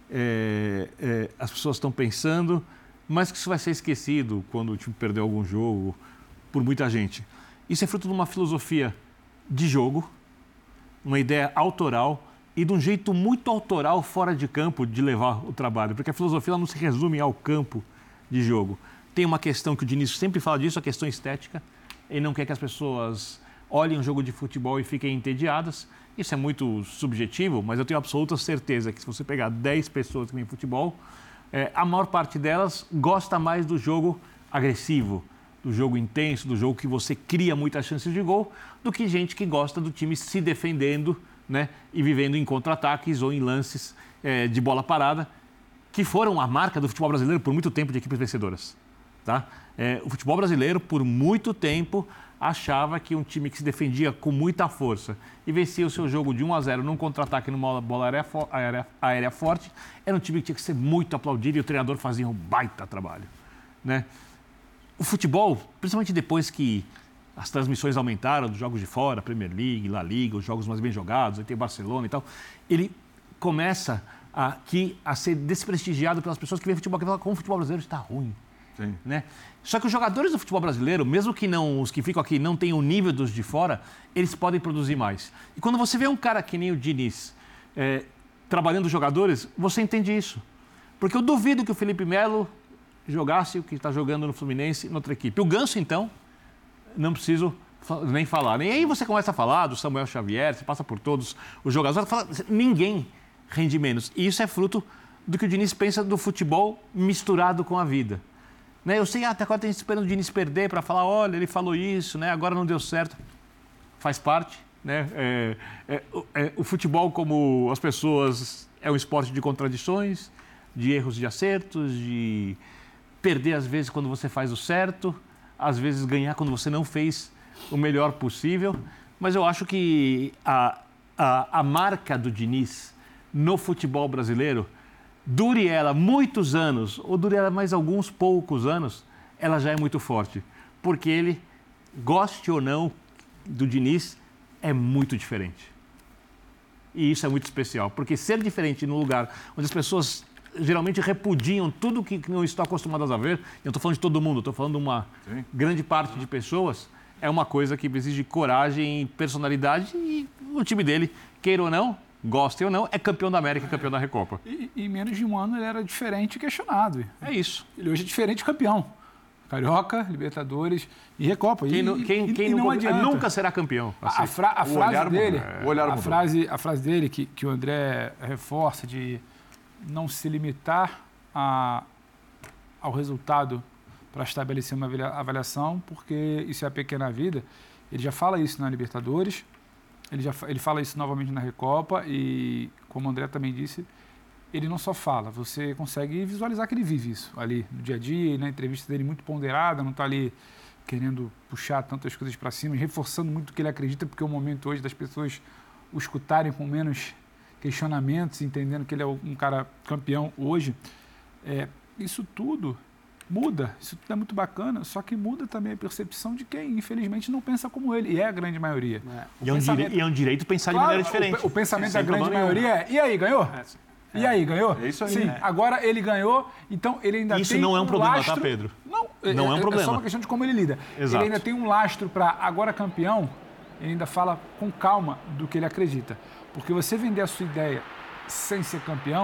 as pessoas estão pensando, mas que isso vai ser esquecido quando o time perder algum jogo por muita gente. Isso é fruto de uma filosofia de jogo, uma ideia autoral e de um jeito muito autoral fora de campo de levar o trabalho, porque a filosofia ela não se resume ao campo de jogo. Tem uma questão que o Diniz sempre fala disso, a questão estética. Ele não quer que as pessoas olhem um jogo de futebol e fiquem entediadas. Isso é muito subjetivo, mas eu tenho absoluta certeza que se você pegar 10 pessoas que vêm futebol, a maior parte delas gosta mais do jogo agressivo, do jogo intenso, do jogo que você cria muitas chances de gol, do que gente que gosta do time se defendendo, né, e vivendo em contra-ataques ou em lances de bola parada, que foram a marca do futebol brasileiro por muito tempo de equipes vencedoras. Tá? O futebol brasileiro, por muito tempo, achava que um time que se defendia com muita força e vencia o seu jogo de 1-0 num contra-ataque numa bola aérea forte, era um time que tinha que ser muito aplaudido e o treinador fazia um baita trabalho. Né? O futebol, principalmente depois que as transmissões aumentaram dos jogos de fora, Premier League, La Liga, os jogos mais bem jogados, aí tem Barcelona e tal, ele começa aqui a ser desprestigiado pelas pessoas que veem futebol, que falam como o futebol brasileiro está ruim. Sim. Né? Só que os jogadores do futebol brasileiro, mesmo que não, os que ficam aqui não tenham o nível dos de fora, eles podem produzir mais. E quando você vê um cara que nem o Diniz trabalhando os jogadores, você entende isso. Porque eu duvido que o Felipe Melo jogasse o que está jogando no Fluminense em outra equipe. O Ganso, então, não preciso nem falar. Nem aí você começa a falar do Samuel Xavier, você passa por todos os jogadores, ninguém rende menos. E isso é fruto do que o Diniz pensa do futebol misturado com a vida. Né? Eu sei, até agora tem gente esperando o Diniz perder para falar, olha, ele falou isso, né? Agora não deu certo. Faz parte. Né? O futebol, como as pessoas, é um esporte de contradições, de erros e acertos, de perder às vezes quando você faz o certo, às vezes ganhar quando você não fez o melhor possível. Mas eu acho que a marca do Diniz no futebol brasileiro, dure ela muitos anos, ou dure ela mais alguns poucos anos, ela já é muito forte. Porque ele, goste ou não do Diniz, é muito diferente. E isso é muito especial. Porque ser diferente num lugar onde as pessoas geralmente repudiam tudo que não estão acostumadas a ver, eu não estou falando de todo mundo, estou falando de uma grande parte de pessoas, é uma coisa que exige coragem, personalidade, e o time dele, queira ou não, goste ou não, é campeão da América, campeão da Recopa. E em menos de um ano ele era diferente e questionado. É isso. Ele hoje é diferente campeão. Carioca, Libertadores e Recopa. Quem não adianta. Nunca será campeão. Assim. A frase dele, que o André reforça, de não se limitar ao resultado para estabelecer uma avaliação, porque isso é a pequena vida. Ele já fala isso na Libertadores, ele fala isso novamente na Recopa e, como o André também disse, ele não só fala, você consegue visualizar que ele vive isso ali no dia a dia, e na entrevista dele muito ponderada, não está ali querendo puxar tantas coisas para cima, reforçando muito o que ele acredita, porque é o momento hoje das pessoas o escutarem com menos questionamentos, entendendo que ele é um cara campeão hoje. Isso tudo muda, isso tudo é muito bacana, só que muda também a percepção de quem, infelizmente, não pensa como ele, e é a grande maioria. E é um direito pensar de maneira diferente. O pensamento da grande maioria é, e aí, ganhou? E aí, ganhou? É isso aí. Sim, agora ele ganhou, então ele ainda tem isso não é um problema, lastro... tá, Pedro? Não é um problema. É só uma questão de como ele lida. Exato. Ele ainda tem um lastro para agora campeão, ele ainda fala com calma do que ele acredita. Porque você vender a sua ideia sem ser campeão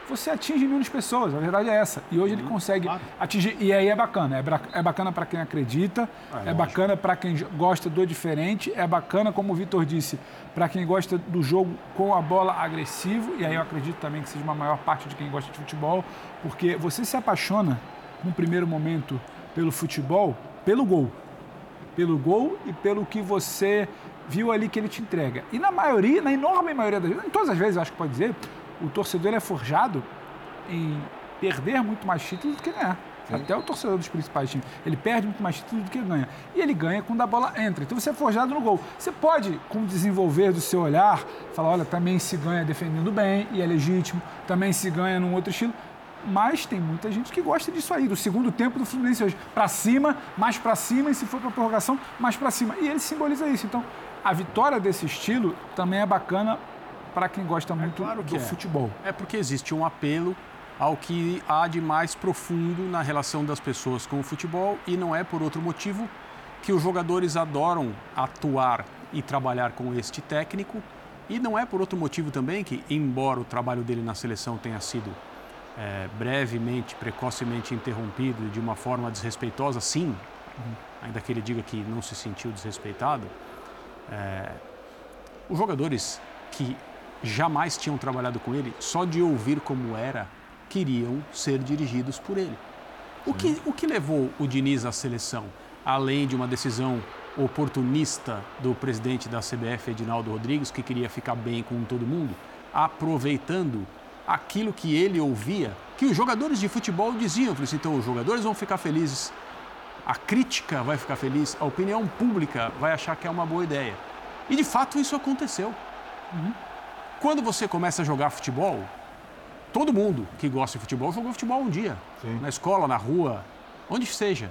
você atinge menos pessoas, a verdade é essa. E hoje ele consegue atingir, e aí é bacana. É bacana para quem acredita, é bacana para quem gosta do diferente, é bacana, como o Vitor disse, para quem gosta do jogo com a bola agressivo, e aí eu acredito também que seja uma maior parte de quem gosta de futebol, porque você se apaixona, no primeiro momento, pelo futebol, pelo gol e pelo que você viu ali que ele te entrega. E na enorme maioria das vezes, em todas as vezes, eu acho que pode dizer, o torcedor é forjado em perder muito mais títulos do que ganhar. Sim. Até o torcedor dos principais times. Ele perde muito mais títulos do que ganha. E ele ganha quando a bola entra. Então você é forjado no gol. Você pode, com o desenvolver do seu olhar, falar, olha, também se ganha defendendo bem, e é legítimo, também se ganha num outro estilo. Mas tem muita gente que gosta disso aí, do segundo tempo do Fluminense hoje. Para cima, mais para cima, e se for para prorrogação, mais para cima. E ele simboliza isso. Então, a vitória desse estilo também é bacana para quem gosta muito do futebol. É porque existe um apelo ao que há de mais profundo na relação das pessoas com o futebol, e não é por outro motivo que os jogadores adoram atuar e trabalhar com este técnico, e não é por outro motivo também que, embora o trabalho dele na seleção tenha sido brevemente, precocemente interrompido de uma forma desrespeitosa, sim, ainda que ele diga que não se sentiu desrespeitado, os jogadores que jamais tinham trabalhado com ele, só de ouvir como era, queriam ser dirigidos por ele. O que levou o Diniz à seleção, além de uma decisão oportunista do presidente da CBF, Edinaldo Rodrigues, que queria ficar bem com todo mundo, aproveitando aquilo que ele ouvia, que os jogadores de futebol diziam. Então, os jogadores vão ficar felizes, a crítica vai ficar feliz, a opinião pública vai achar que é uma boa ideia. E, de fato, isso aconteceu. Quando você começa a jogar futebol, todo mundo que gosta de futebol jogou futebol um dia. Sim. Na escola, na rua, onde seja.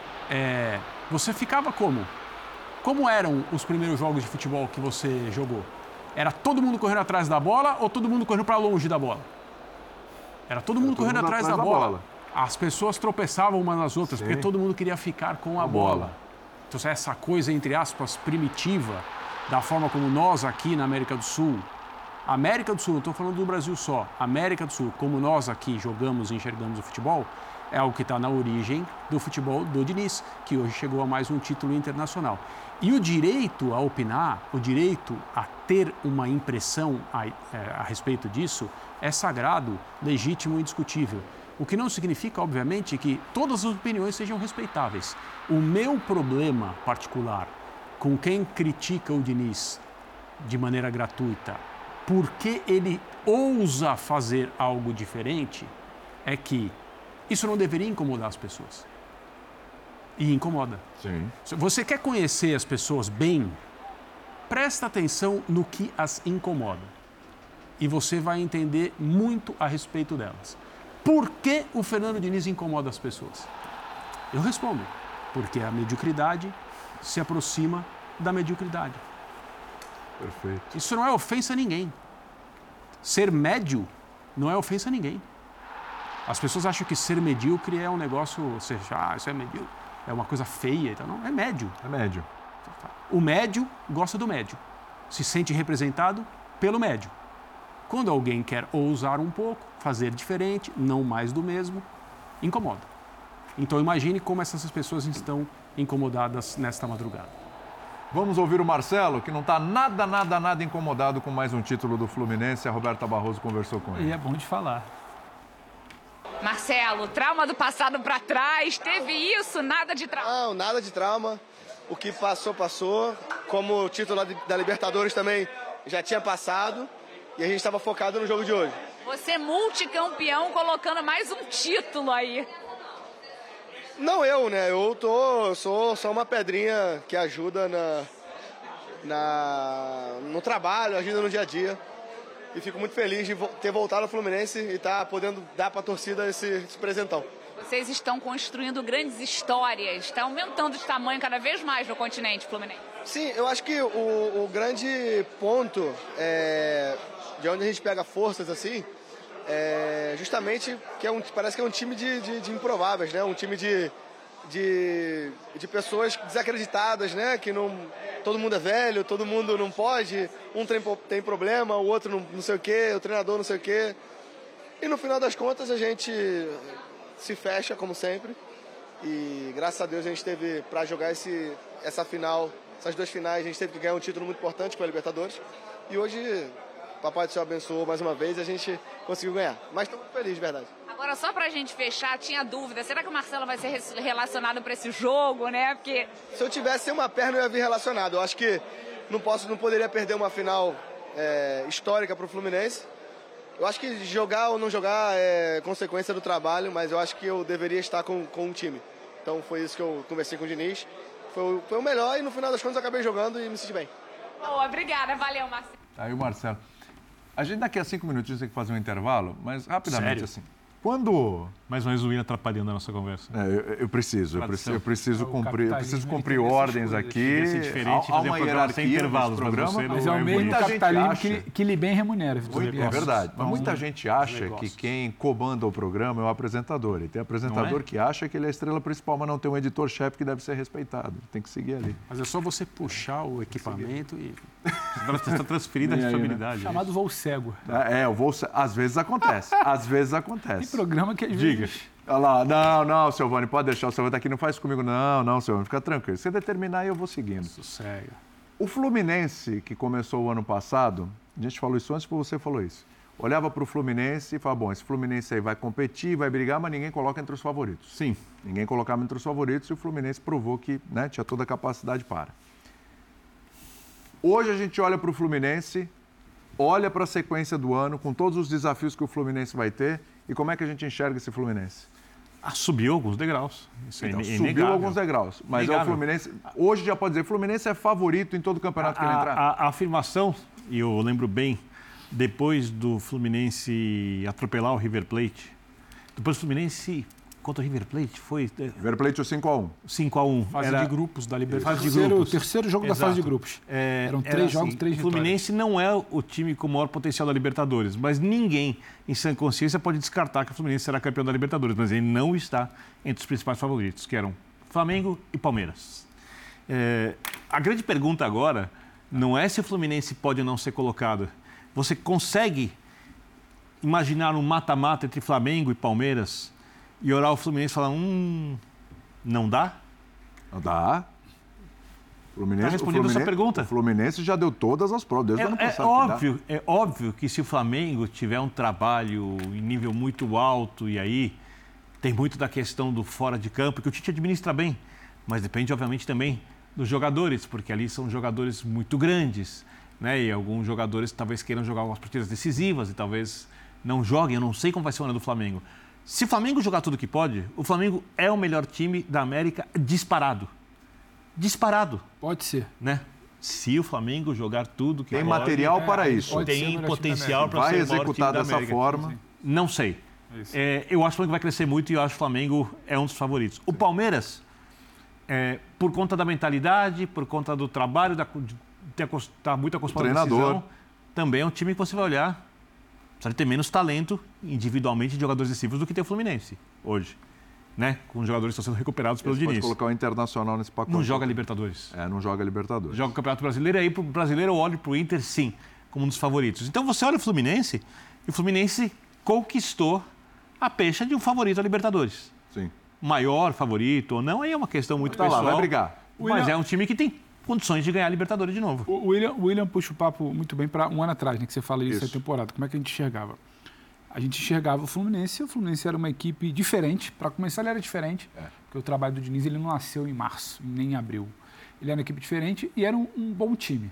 Você ficava como? Como eram os primeiros jogos de futebol que você jogou? Era todo mundo correndo atrás da bola ou todo mundo correndo para longe da bola? Era todo mundo correndo atrás da bola. As pessoas tropeçavam umas nas outras, porque todo mundo queria ficar com a bola. Então, essa coisa, entre aspas, primitiva, da forma como nós aqui na América do Sul, não estou falando do Brasil só, América do Sul, como nós aqui jogamos e enxergamos o futebol, é algo que está na origem do futebol do Diniz, que hoje chegou a mais um título internacional. E o direito a opinar, o direito a ter uma impressão a respeito disso, é sagrado, legítimo e indiscutível. O que não significa, obviamente, que todas as opiniões sejam respeitáveis. O meu problema particular com quem critica o Diniz de maneira gratuita, porque ele ousa fazer algo diferente, é que isso não deveria incomodar as pessoas. E incomoda. Sim. Se você quer conhecer as pessoas bem, presta atenção no que as incomoda. E você vai entender muito a respeito delas. Por que o Fernando Diniz incomoda as pessoas? Eu respondo, porque a mediocridade se aproxima da mediocridade. Perfeito. Isso não é ofensa a ninguém. Ser médio não é ofensa a ninguém. As pessoas acham que ser medíocre é um negócio, isso é medíocre, é uma coisa feia. Então, não, é médio. É médio. O médio gosta do médio. Se sente representado pelo médio. Quando alguém quer ousar um pouco, fazer diferente, não mais do mesmo, incomoda. Então, imagine como essas pessoas estão incomodadas nesta madrugada. Vamos ouvir o Marcelo, que não está nada incomodado com mais um título do Fluminense. A Roberta Barroso conversou com ele. E é bom de falar. Marcelo, trauma do passado para trás, teve isso, nada de trauma? Não, nada de trauma. O que passou, passou. Como o título da Libertadores também já tinha passado e a gente estava focado no jogo de hoje. Você multicampeão colocando mais um título aí. Não eu, né? Eu sou só uma pedrinha que ajuda no trabalho, ajuda no dia a dia. E fico muito feliz de ter voltado ao Fluminense e estar podendo dar para a torcida esse presentão. Vocês estão construindo grandes histórias, está aumentando de tamanho cada vez mais no continente fluminense. Sim, eu acho que o grande ponto de onde a gente pega forças assim é justamente que parece que é um time de improváveis, né? Um time de pessoas desacreditadas, né? Que não, todo mundo é velho, todo mundo não pode, um tem problema, o outro não sei o quê, o treinador não sei o quê. E no final das contas a gente se fecha, como sempre. E graças a Deus a gente teve, para jogar essa final, essas 2 finais, a gente teve que ganhar um título muito importante com a Libertadores. E hoje, o Papai do Céu abençoou mais uma vez e a gente conseguiu ganhar. Mas estou muito feliz, de verdade. Agora, só pra gente fechar, tinha dúvida. Será que o Marcelo vai ser relacionado para esse jogo, né? Porque... Se eu tivesse uma perna, eu ia vir relacionado. Eu acho que não poderia perder uma final histórica para o Fluminense. Eu acho que jogar ou não jogar é consequência do trabalho, mas eu acho que eu deveria estar com um time. Então foi isso que eu conversei com o Diniz. Foi o melhor e no final das contas eu acabei jogando e me senti bem. Boa, obrigada. Valeu, Marcelo. Aí o Marcelo. A gente daqui a 5 minutinhos tem que fazer um intervalo, mas rapidamente Sério? assim. Quando... Mais uma vez o William atrapalhando a nossa conversa. Eu preciso cumprir ordens aqui. Devia ser diferente, há uma hierarquia sem intervalos, programa, mas é o mesmo capitalismo que lhe bem remunera. É verdade. Mas muita gente acha que quem comanda o programa é o apresentador. E tem apresentador que acha que ele é a estrela principal, mas não tem um editor-chefe que deve ser respeitado. Tem que seguir ali. Mas é só você puxar o equipamento e você está transferindo a responsabilidade. Chamado voo cego. O voo cego. Às vezes acontece. Tem programa que às vezes... Olha lá, não, Silvani, pode deixar, o Silvani tá aqui, não faz isso comigo, não, Silvani, fica tranquilo. Se determinar, eu vou seguindo. Sossega. O Fluminense, que começou o ano passado, a gente falou isso antes, você falou isso, olhava para o Fluminense e falava, bom, esse Fluminense aí vai competir, vai brigar, mas ninguém coloca entre os favoritos. Sim. Ninguém colocava entre os favoritos e o Fluminense provou que tinha toda a capacidade para. Hoje a gente olha para o Fluminense, olha para a sequência do ano, com todos os desafios que o Fluminense vai ter, e como é que a gente enxerga esse Fluminense? Subiu alguns degraus. Isso então, é subiu alguns degraus. Mas é o Fluminense. Hoje já pode dizer, o Fluminense é favorito em todo o campeonato que ele entrar. A afirmação, e eu lembro bem, depois do Fluminense atropelar o River Plate, depois do Fluminense contra o River Plate, foi... River Plate o 5-1. 5-1. Fase de grupos da Libertadores. O terceiro jogo da fase de grupos. Eram 3 jogos, 3 vitórias. O Fluminense não é o time com o maior potencial da Libertadores, mas ninguém, em sã consciência, pode descartar que o Fluminense será campeão da Libertadores, mas ele não está entre os principais favoritos, que eram Flamengo e Palmeiras. A grande pergunta agora não é se o Fluminense pode ou não ser colocado. Você consegue imaginar um mata-mata entre Flamengo e Palmeiras e orar o Fluminense e falar, não dá? Não dá. Está respondendo a sua pergunta. O Fluminense já deu todas as provas, desde o ano passado. É óbvio que se o Flamengo tiver um trabalho em nível muito alto, e aí tem muito da questão do fora de campo, que o Tite administra bem, mas depende, obviamente, também dos jogadores, porque ali são jogadores muito grandes, né? E alguns jogadores talvez queiram jogar algumas partidas decisivas e talvez não joguem. Eu não sei como vai ser o ano do Flamengo. Se o Flamengo jogar tudo que pode, o Flamengo é o melhor time da América disparado. Disparado. Pode ser. Né? Se o Flamengo jogar tudo que tem pode... Tem material para isso. Tem potencial para ser o maior time da América. Vai executar dessa forma. Não sei. Eu acho que o Flamengo vai crescer muito e eu acho que o Flamengo é um dos favoritos. O Palmeiras, por conta da mentalidade, por conta do trabalho, de estar muito acostumado à decisão, também é um time que você vai olhar. Precisa ter menos talento individualmente de jogadores decisivos do que tem o Fluminense hoje, né? Com os jogadores que estão sendo recuperados pelo Diniz. Pode colocar o Internacional nesse pacote. Não joga Libertadores. Não joga Libertadores. Joga o Campeonato Brasileiro, e aí pro brasileiro eu olho pro Inter, sim, como um dos favoritos. Então você olha o Fluminense, e o Fluminense conquistou a pecha de um favorito a Libertadores. Sim. Maior favorito ou não, aí é uma questão muito pessoal. Lá, vai brigar. Mas é um time que tem condições de ganhar a Libertadores de novo. O William puxa o papo muito bem para um ano atrás, né, que você fala isso na temporada. Como é que a gente enxergava? A gente enxergava o Fluminense era uma equipe diferente. Para começar, ele era diferente, porque o trabalho do Diniz ele não nasceu em março, nem em abril. Ele era uma equipe diferente e era um bom time.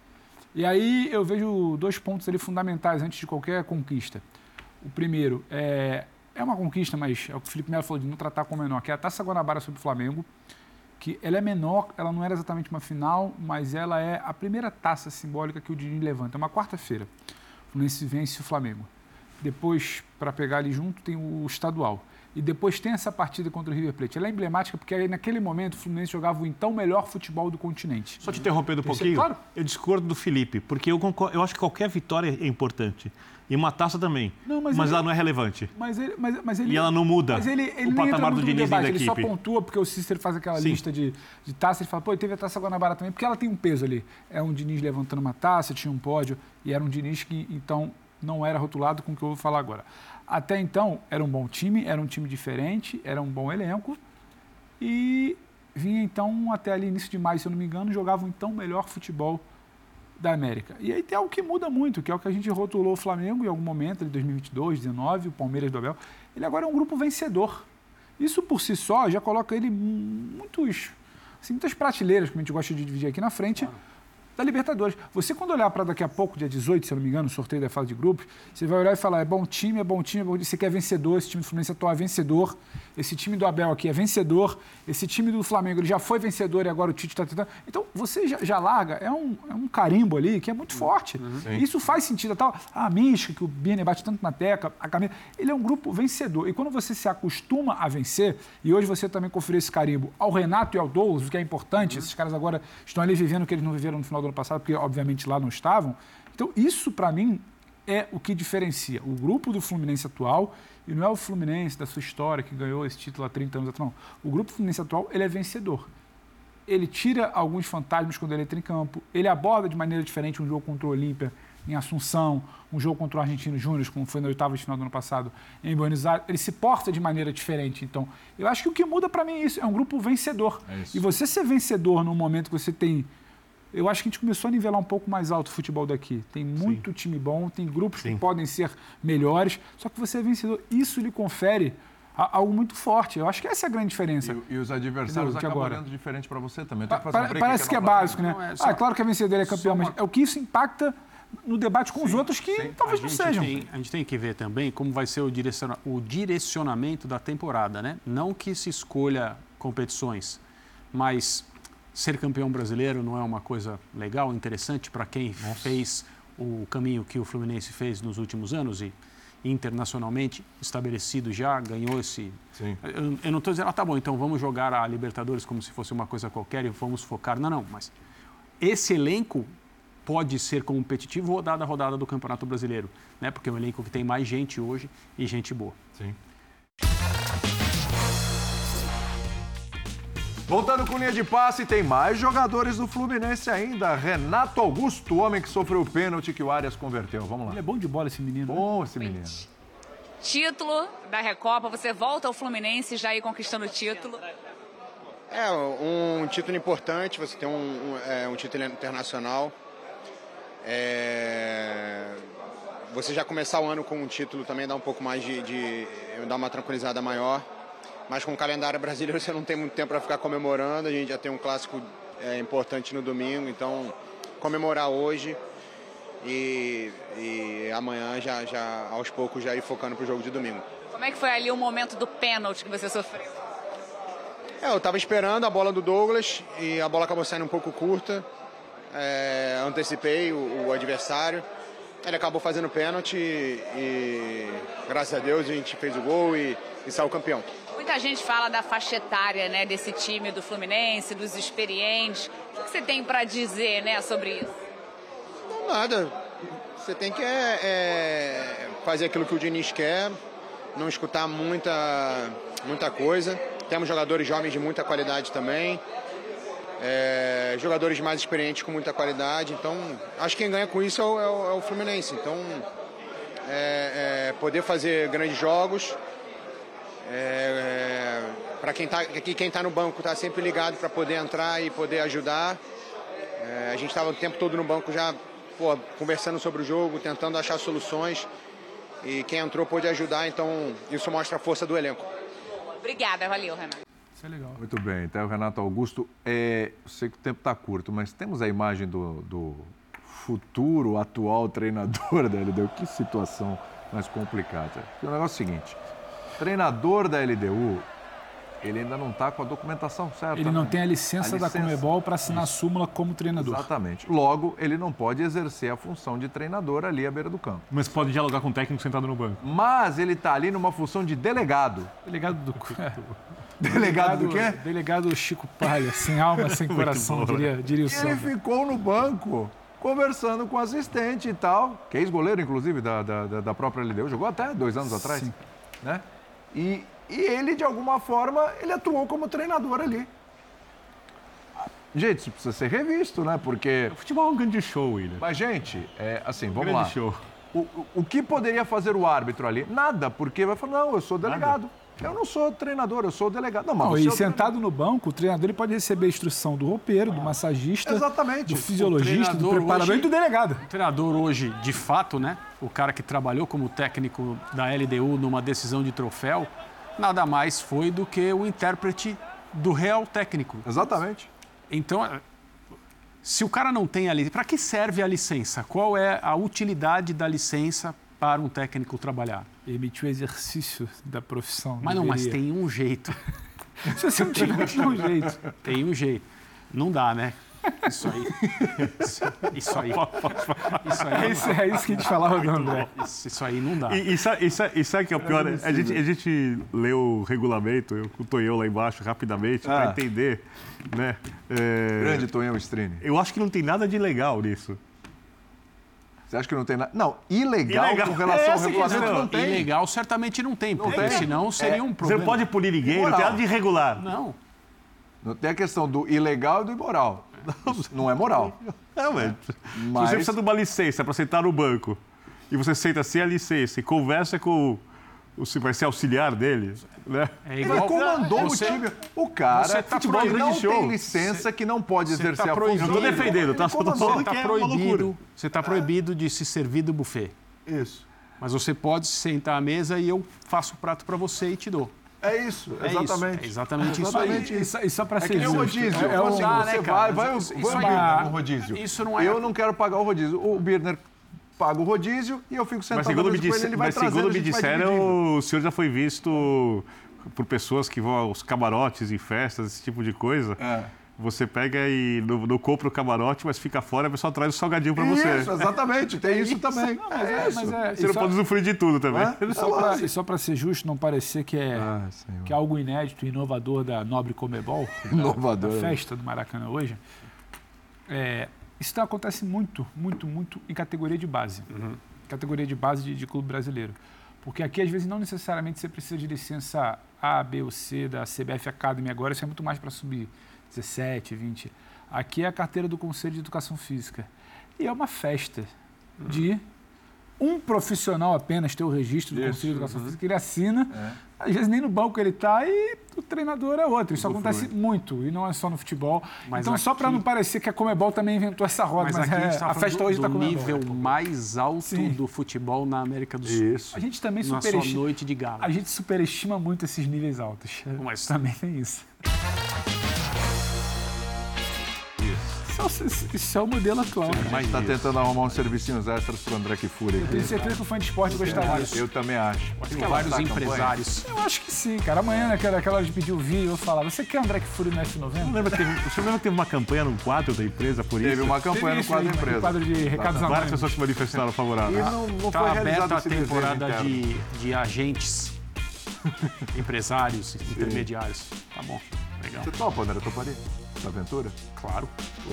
E aí eu vejo 2 pontos ali fundamentais antes de qualquer conquista. O primeiro é uma conquista, mas é o que o Felipe Melo falou de não tratar como menor, que é a Taça Guanabara sobre o Flamengo, que ela é menor, ela não era exatamente uma final, mas ela é a primeira taça simbólica que o Diniz levanta. É uma quarta-feira. O Fluminense vence o Flamengo. Depois, para pegar ali junto, tem o estadual. E depois tem essa partida contra o River Plate. Ela é emblemática porque aí, naquele momento o Fluminense jogava o então melhor futebol do continente. Só te interrompendo um pouquinho, claro. Eu discordo do Felipe, porque eu acho que qualquer vitória é importante. E uma taça também. Não, mas ela não é relevante. Mas ele, e ela não muda o patamar do Diniz da equipe. Ele só pontua porque o Cícero faz aquela lista de taça. Ele fala, pô, teve a Taça Guanabara também, porque ela tem um peso ali. É um Diniz levantando uma taça, tinha um pódio, e era um Diniz que, então, não era rotulado com o que eu vou falar agora. Até então, era um bom time, era um time diferente, era um bom elenco e vinha então, até ali início de maio, se eu não me engano, jogava então o melhor futebol da América. E aí tem algo que muda muito, que é o que a gente rotulou o Flamengo em algum momento, em 2022, 2019, o Palmeiras do Abel. Ele agora é um grupo vencedor. Isso por si só já coloca ele muitas prateleiras, como a gente gosta de dividir aqui na frente, da Libertadores. Você, quando olhar para daqui a pouco, dia 18, se eu não me engano, o sorteio da fase de grupos, você vai olhar e falar, é bom time, é bom time, é bom time. Você quer vencedor, esse time do Fluminense atual é vencedor, esse time do Abel aqui é vencedor, esse time do Flamengo ele já foi vencedor e agora o Tite está tentando. Então, você já larga, é um carimbo ali que é muito forte. Isso faz sentido. A mística, que o Birner bate tanto na tecla, a camisa, ele é um grupo vencedor. E quando você se acostuma a vencer, e hoje você também conferiu esse carimbo ao Renato e ao Douglas, o que é importante, esses caras agora estão ali vivendo o que eles não viveram no final do ano passado, porque obviamente lá não estavam. Então isso para mim é o que diferencia o grupo do Fluminense atual, e não é o Fluminense da sua história que ganhou esse título há 30 anos atrás, não. O grupo Fluminense atual, ele é vencedor. Ele tira alguns fantasmas quando ele entra em campo, ele aborda de maneira diferente um jogo contra o Olímpia em Assunção, um jogo contra o Argentino Júnior, como foi na oitava de final do ano passado em Buenos Aires, ele se porta de maneira diferente. Então, eu acho que o que muda para mim é isso, é um grupo vencedor. E você ser vencedor num momento que você tem... Eu acho que a gente começou a nivelar um pouco mais alto o futebol daqui. Tem muito time bom, tem grupos que podem ser melhores, só que você é vencedor. Isso lhe confere algo muito forte. Eu acho que essa é a grande diferença. E os adversários acabam olhando diferente para você também. Parece que é básico, né? É claro que é vencedor, é campeão, mas é o que isso impacta no debate com os outros que talvez não sejam. A gente tem que ver também como vai ser o direcionamento da temporada, né? Não que se escolha competições, mas ser campeão brasileiro não é uma coisa legal, interessante para quem fez o caminho que o Fluminense fez nos últimos anos e internacionalmente estabelecido já, ganhou esse... Eu não estou dizendo, tá bom, então vamos jogar a Libertadores como se fosse uma coisa qualquer e vamos focar. Não, mas esse elenco pode ser competitivo rodada a rodada do Campeonato Brasileiro, né? Porque é um elenco que tem mais gente hoje e gente boa. Voltando com linha de passe, tem mais jogadores do Fluminense ainda. Renato Augusto, o homem que sofreu o pênalti que o Arias converteu. Vamos lá. Ele é bom de bola, esse menino. Bom esse menino. Título da Recopa, você volta ao Fluminense já aí conquistando o título. É um título importante, você tem um título internacional. Você já começar o ano com um título também dá um pouco mais dá uma tranquilizada maior. Mas com o calendário brasileiro você não tem muito tempo para ficar comemorando. A gente já tem um clássico importante no domingo, então comemorar hoje e amanhã já aos poucos já ir focando para o jogo de domingo. Como é que foi ali o momento do pênalti que você sofreu? Eu estava esperando a bola do Douglas e a bola acabou saindo um pouco curta. Antecipei o adversário. Ele acabou fazendo pênalti e graças a Deus a gente fez o gol e saiu campeão. Muita gente fala da faixa etária, né, desse time do Fluminense, dos experientes. O que você tem para dizer, né, sobre isso? Nada. Você tem que fazer aquilo que o Diniz quer, não escutar muita coisa. Temos jogadores jovens de muita qualidade também. Jogadores mais experientes com muita qualidade. Então, acho que quem ganha com isso é o Fluminense. Então, poder fazer grandes jogos. Para quem está no banco está sempre ligado para poder entrar e poder ajudar. A gente estava o tempo todo no banco já conversando sobre o jogo, tentando achar soluções, e quem entrou pôde ajudar, então isso mostra a força do elenco. Obrigada, valeu, Renato. Isso é legal. Muito bem, então o Renato Augusto, eu sei que o tempo está curto, mas temos a imagem do futuro, atual treinador da LDU. Que situação mais complicada. O negócio é o seguinte, treinador da LDU, ele ainda não está com a documentação certa. Ele não tem a licença da Conmebol para assinar a súmula como treinador. Exatamente. Logo, ele não pode exercer a função de treinador ali à beira do campo. Mas pode dialogar com o técnico sentado no banco. Mas ele está ali numa função de delegado. Delegado do... Delegado do quê? Delegado Chico Palha, sem alma, sem coração, diria o Samba. Ele ficou no banco, conversando com o assistente e tal, que é ex-goleiro, inclusive, da própria LDU. Jogou até 2 anos atrás. Sim. Né? E ele, de alguma forma, ele atuou como treinador ali. Gente, isso precisa ser revisto, né? Porque... O futebol é um grande show, William. Mas, gente, assim, vamos lá. Show. O que poderia fazer o árbitro ali? Nada, porque vai falar, não, eu sou delegado. Eu não sou treinador, eu sou delegado. Não, mas e sentado no banco, o treinador ele pode receber a instrução do roupeiro, do massagista, do fisiologista, do preparador e do delegado. O treinador hoje, de fato, né? O cara que trabalhou como técnico da LDU numa decisão de troféu, nada mais foi do que o intérprete do real técnico. Exatamente. Então, se o cara não tem a licença, para que serve a licença? Qual é a utilidade da licença para um técnico trabalhar? Emitir o exercício da profissão. Mas não, mas tem um jeito. Se você não tiver, tem um jeito. Tem um jeito. Não dá, né? Isso aí. Isso aí. É isso que a gente falava do André. Isso aí não dá. E sabe que é o pior? A gente leu o regulamento, eu com o Tonhão lá embaixo, rapidamente, para entender. Né? Grande Tonhão Strini. Eu acho que não tem nada de legal nisso. Você acha que não tem nada? Não, ilegal com relação ao regulamento não tem. Ilegal certamente não tem, porque senão seria um problema. Você não pode punir ninguém, não tem nada de irregular. Não. Não tem a questão do ilegal e do imoral. Não é moral. Não, mas... Se você precisa de uma licença para sentar no banco e você senta sem a licença e conversa com você vai ser auxiliar dele, né? Ele comandou o time. O cara futebol não tem licença que não pode exercer a função. Não estou defendendo, tá? Você está proibido de se servir do buffet. Isso. Mas você pode sentar à mesa e eu faço o prato para você e te dou. É isso, exatamente. É exatamente isso aí. E só para ser que nem o rodízio. Você vai no rodízio. Isso não é... Eu não quero pagar o rodízio. O Birner paga o rodízio e eu fico sentado na mesa com ele, ele vai trazendo, segundo me disseram, o senhor já foi visto por pessoas que vão aos camarotes em festas, esse tipo de coisa. Você pega e não compra o camarote, mas fica fora e a pessoa traz o salgadinho para você. Isso, exatamente. Tem isso também. Você não pode usufruir de tudo também. E só para ser justo, não parecer que é algo inédito, inovador da Nobre Comebol, da festa do Maracanã hoje, isso acontece muito em categoria de base. Categoria de base de clube brasileiro. Porque aqui, às vezes, não necessariamente você precisa de licença A, B ou C da CBF Academy agora, isso é muito mais para subir 17, 20. Aqui é a carteira do Conselho de Educação Física. E é uma festa de um profissional apenas ter o registro do Conselho de Educação Física, ele assina, às vezes nem no banco ele está e o treinador é outro. Isso acontece muito, e não é só no futebol. Mas então, só para não parecer que a Comebol também inventou essa roda, mas a festa hoje está com o nível mais alto do futebol na América do Sul. Isso. A gente também superestima. Noite de gala. A gente superestima muito esses níveis altos. Mas também tem isso. Isso é o modelo atual. Mas está tentando arrumar uns servicinhos extras para o André Kfouri. Eu tenho certeza que o fã de esporte gostaria. Eu também acho. Tem vários empresários. Eu acho que sim, cara. Amanhã, naquela hora de pedir o vídeo, eu falava, você quer André Kfouri no F90? Você lembra que teve uma campanha no quadro da empresa por isso? Teve uma campanha no quadro da empresa. Quadro de recados anônimos. Várias pessoas se manifestaram favoráveis. E não foi aberta a temporada de agentes, empresários, intermediários. Tá bom, legal. Você topa, André? Toparia? Da aventura? Claro.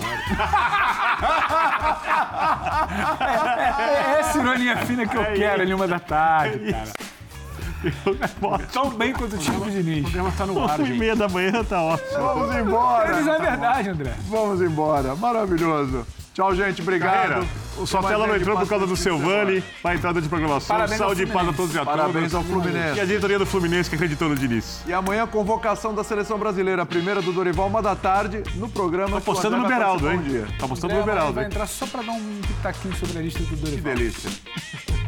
Essa ironia fina que eu quero ali 1h da tarde, cara. Tão bem quanto o Tipo Diniz. O programa tá no ar, 1h30 da manhã tá ótimo. Vamos embora. Mas é verdade, André. Vamos embora. Maravilhoso. Tchau, gente. Obrigado. O Sotelo não entrou por causa do Silvani. Vai entrada de programação. Saúde e paz a todos e a todas. Parabéns ao Fluminense. E a diretoria do Fluminense que acreditou no Diniz. E amanhã, convocação da Seleção Brasileira. A primeira do Dorival, 1h da tarde, no programa. Tá apostando no Beraldo, hein? Tá apostando no Beraldo. Vai entrar só para dar um pitaquinho sobre a lista do Dorival. Que delícia.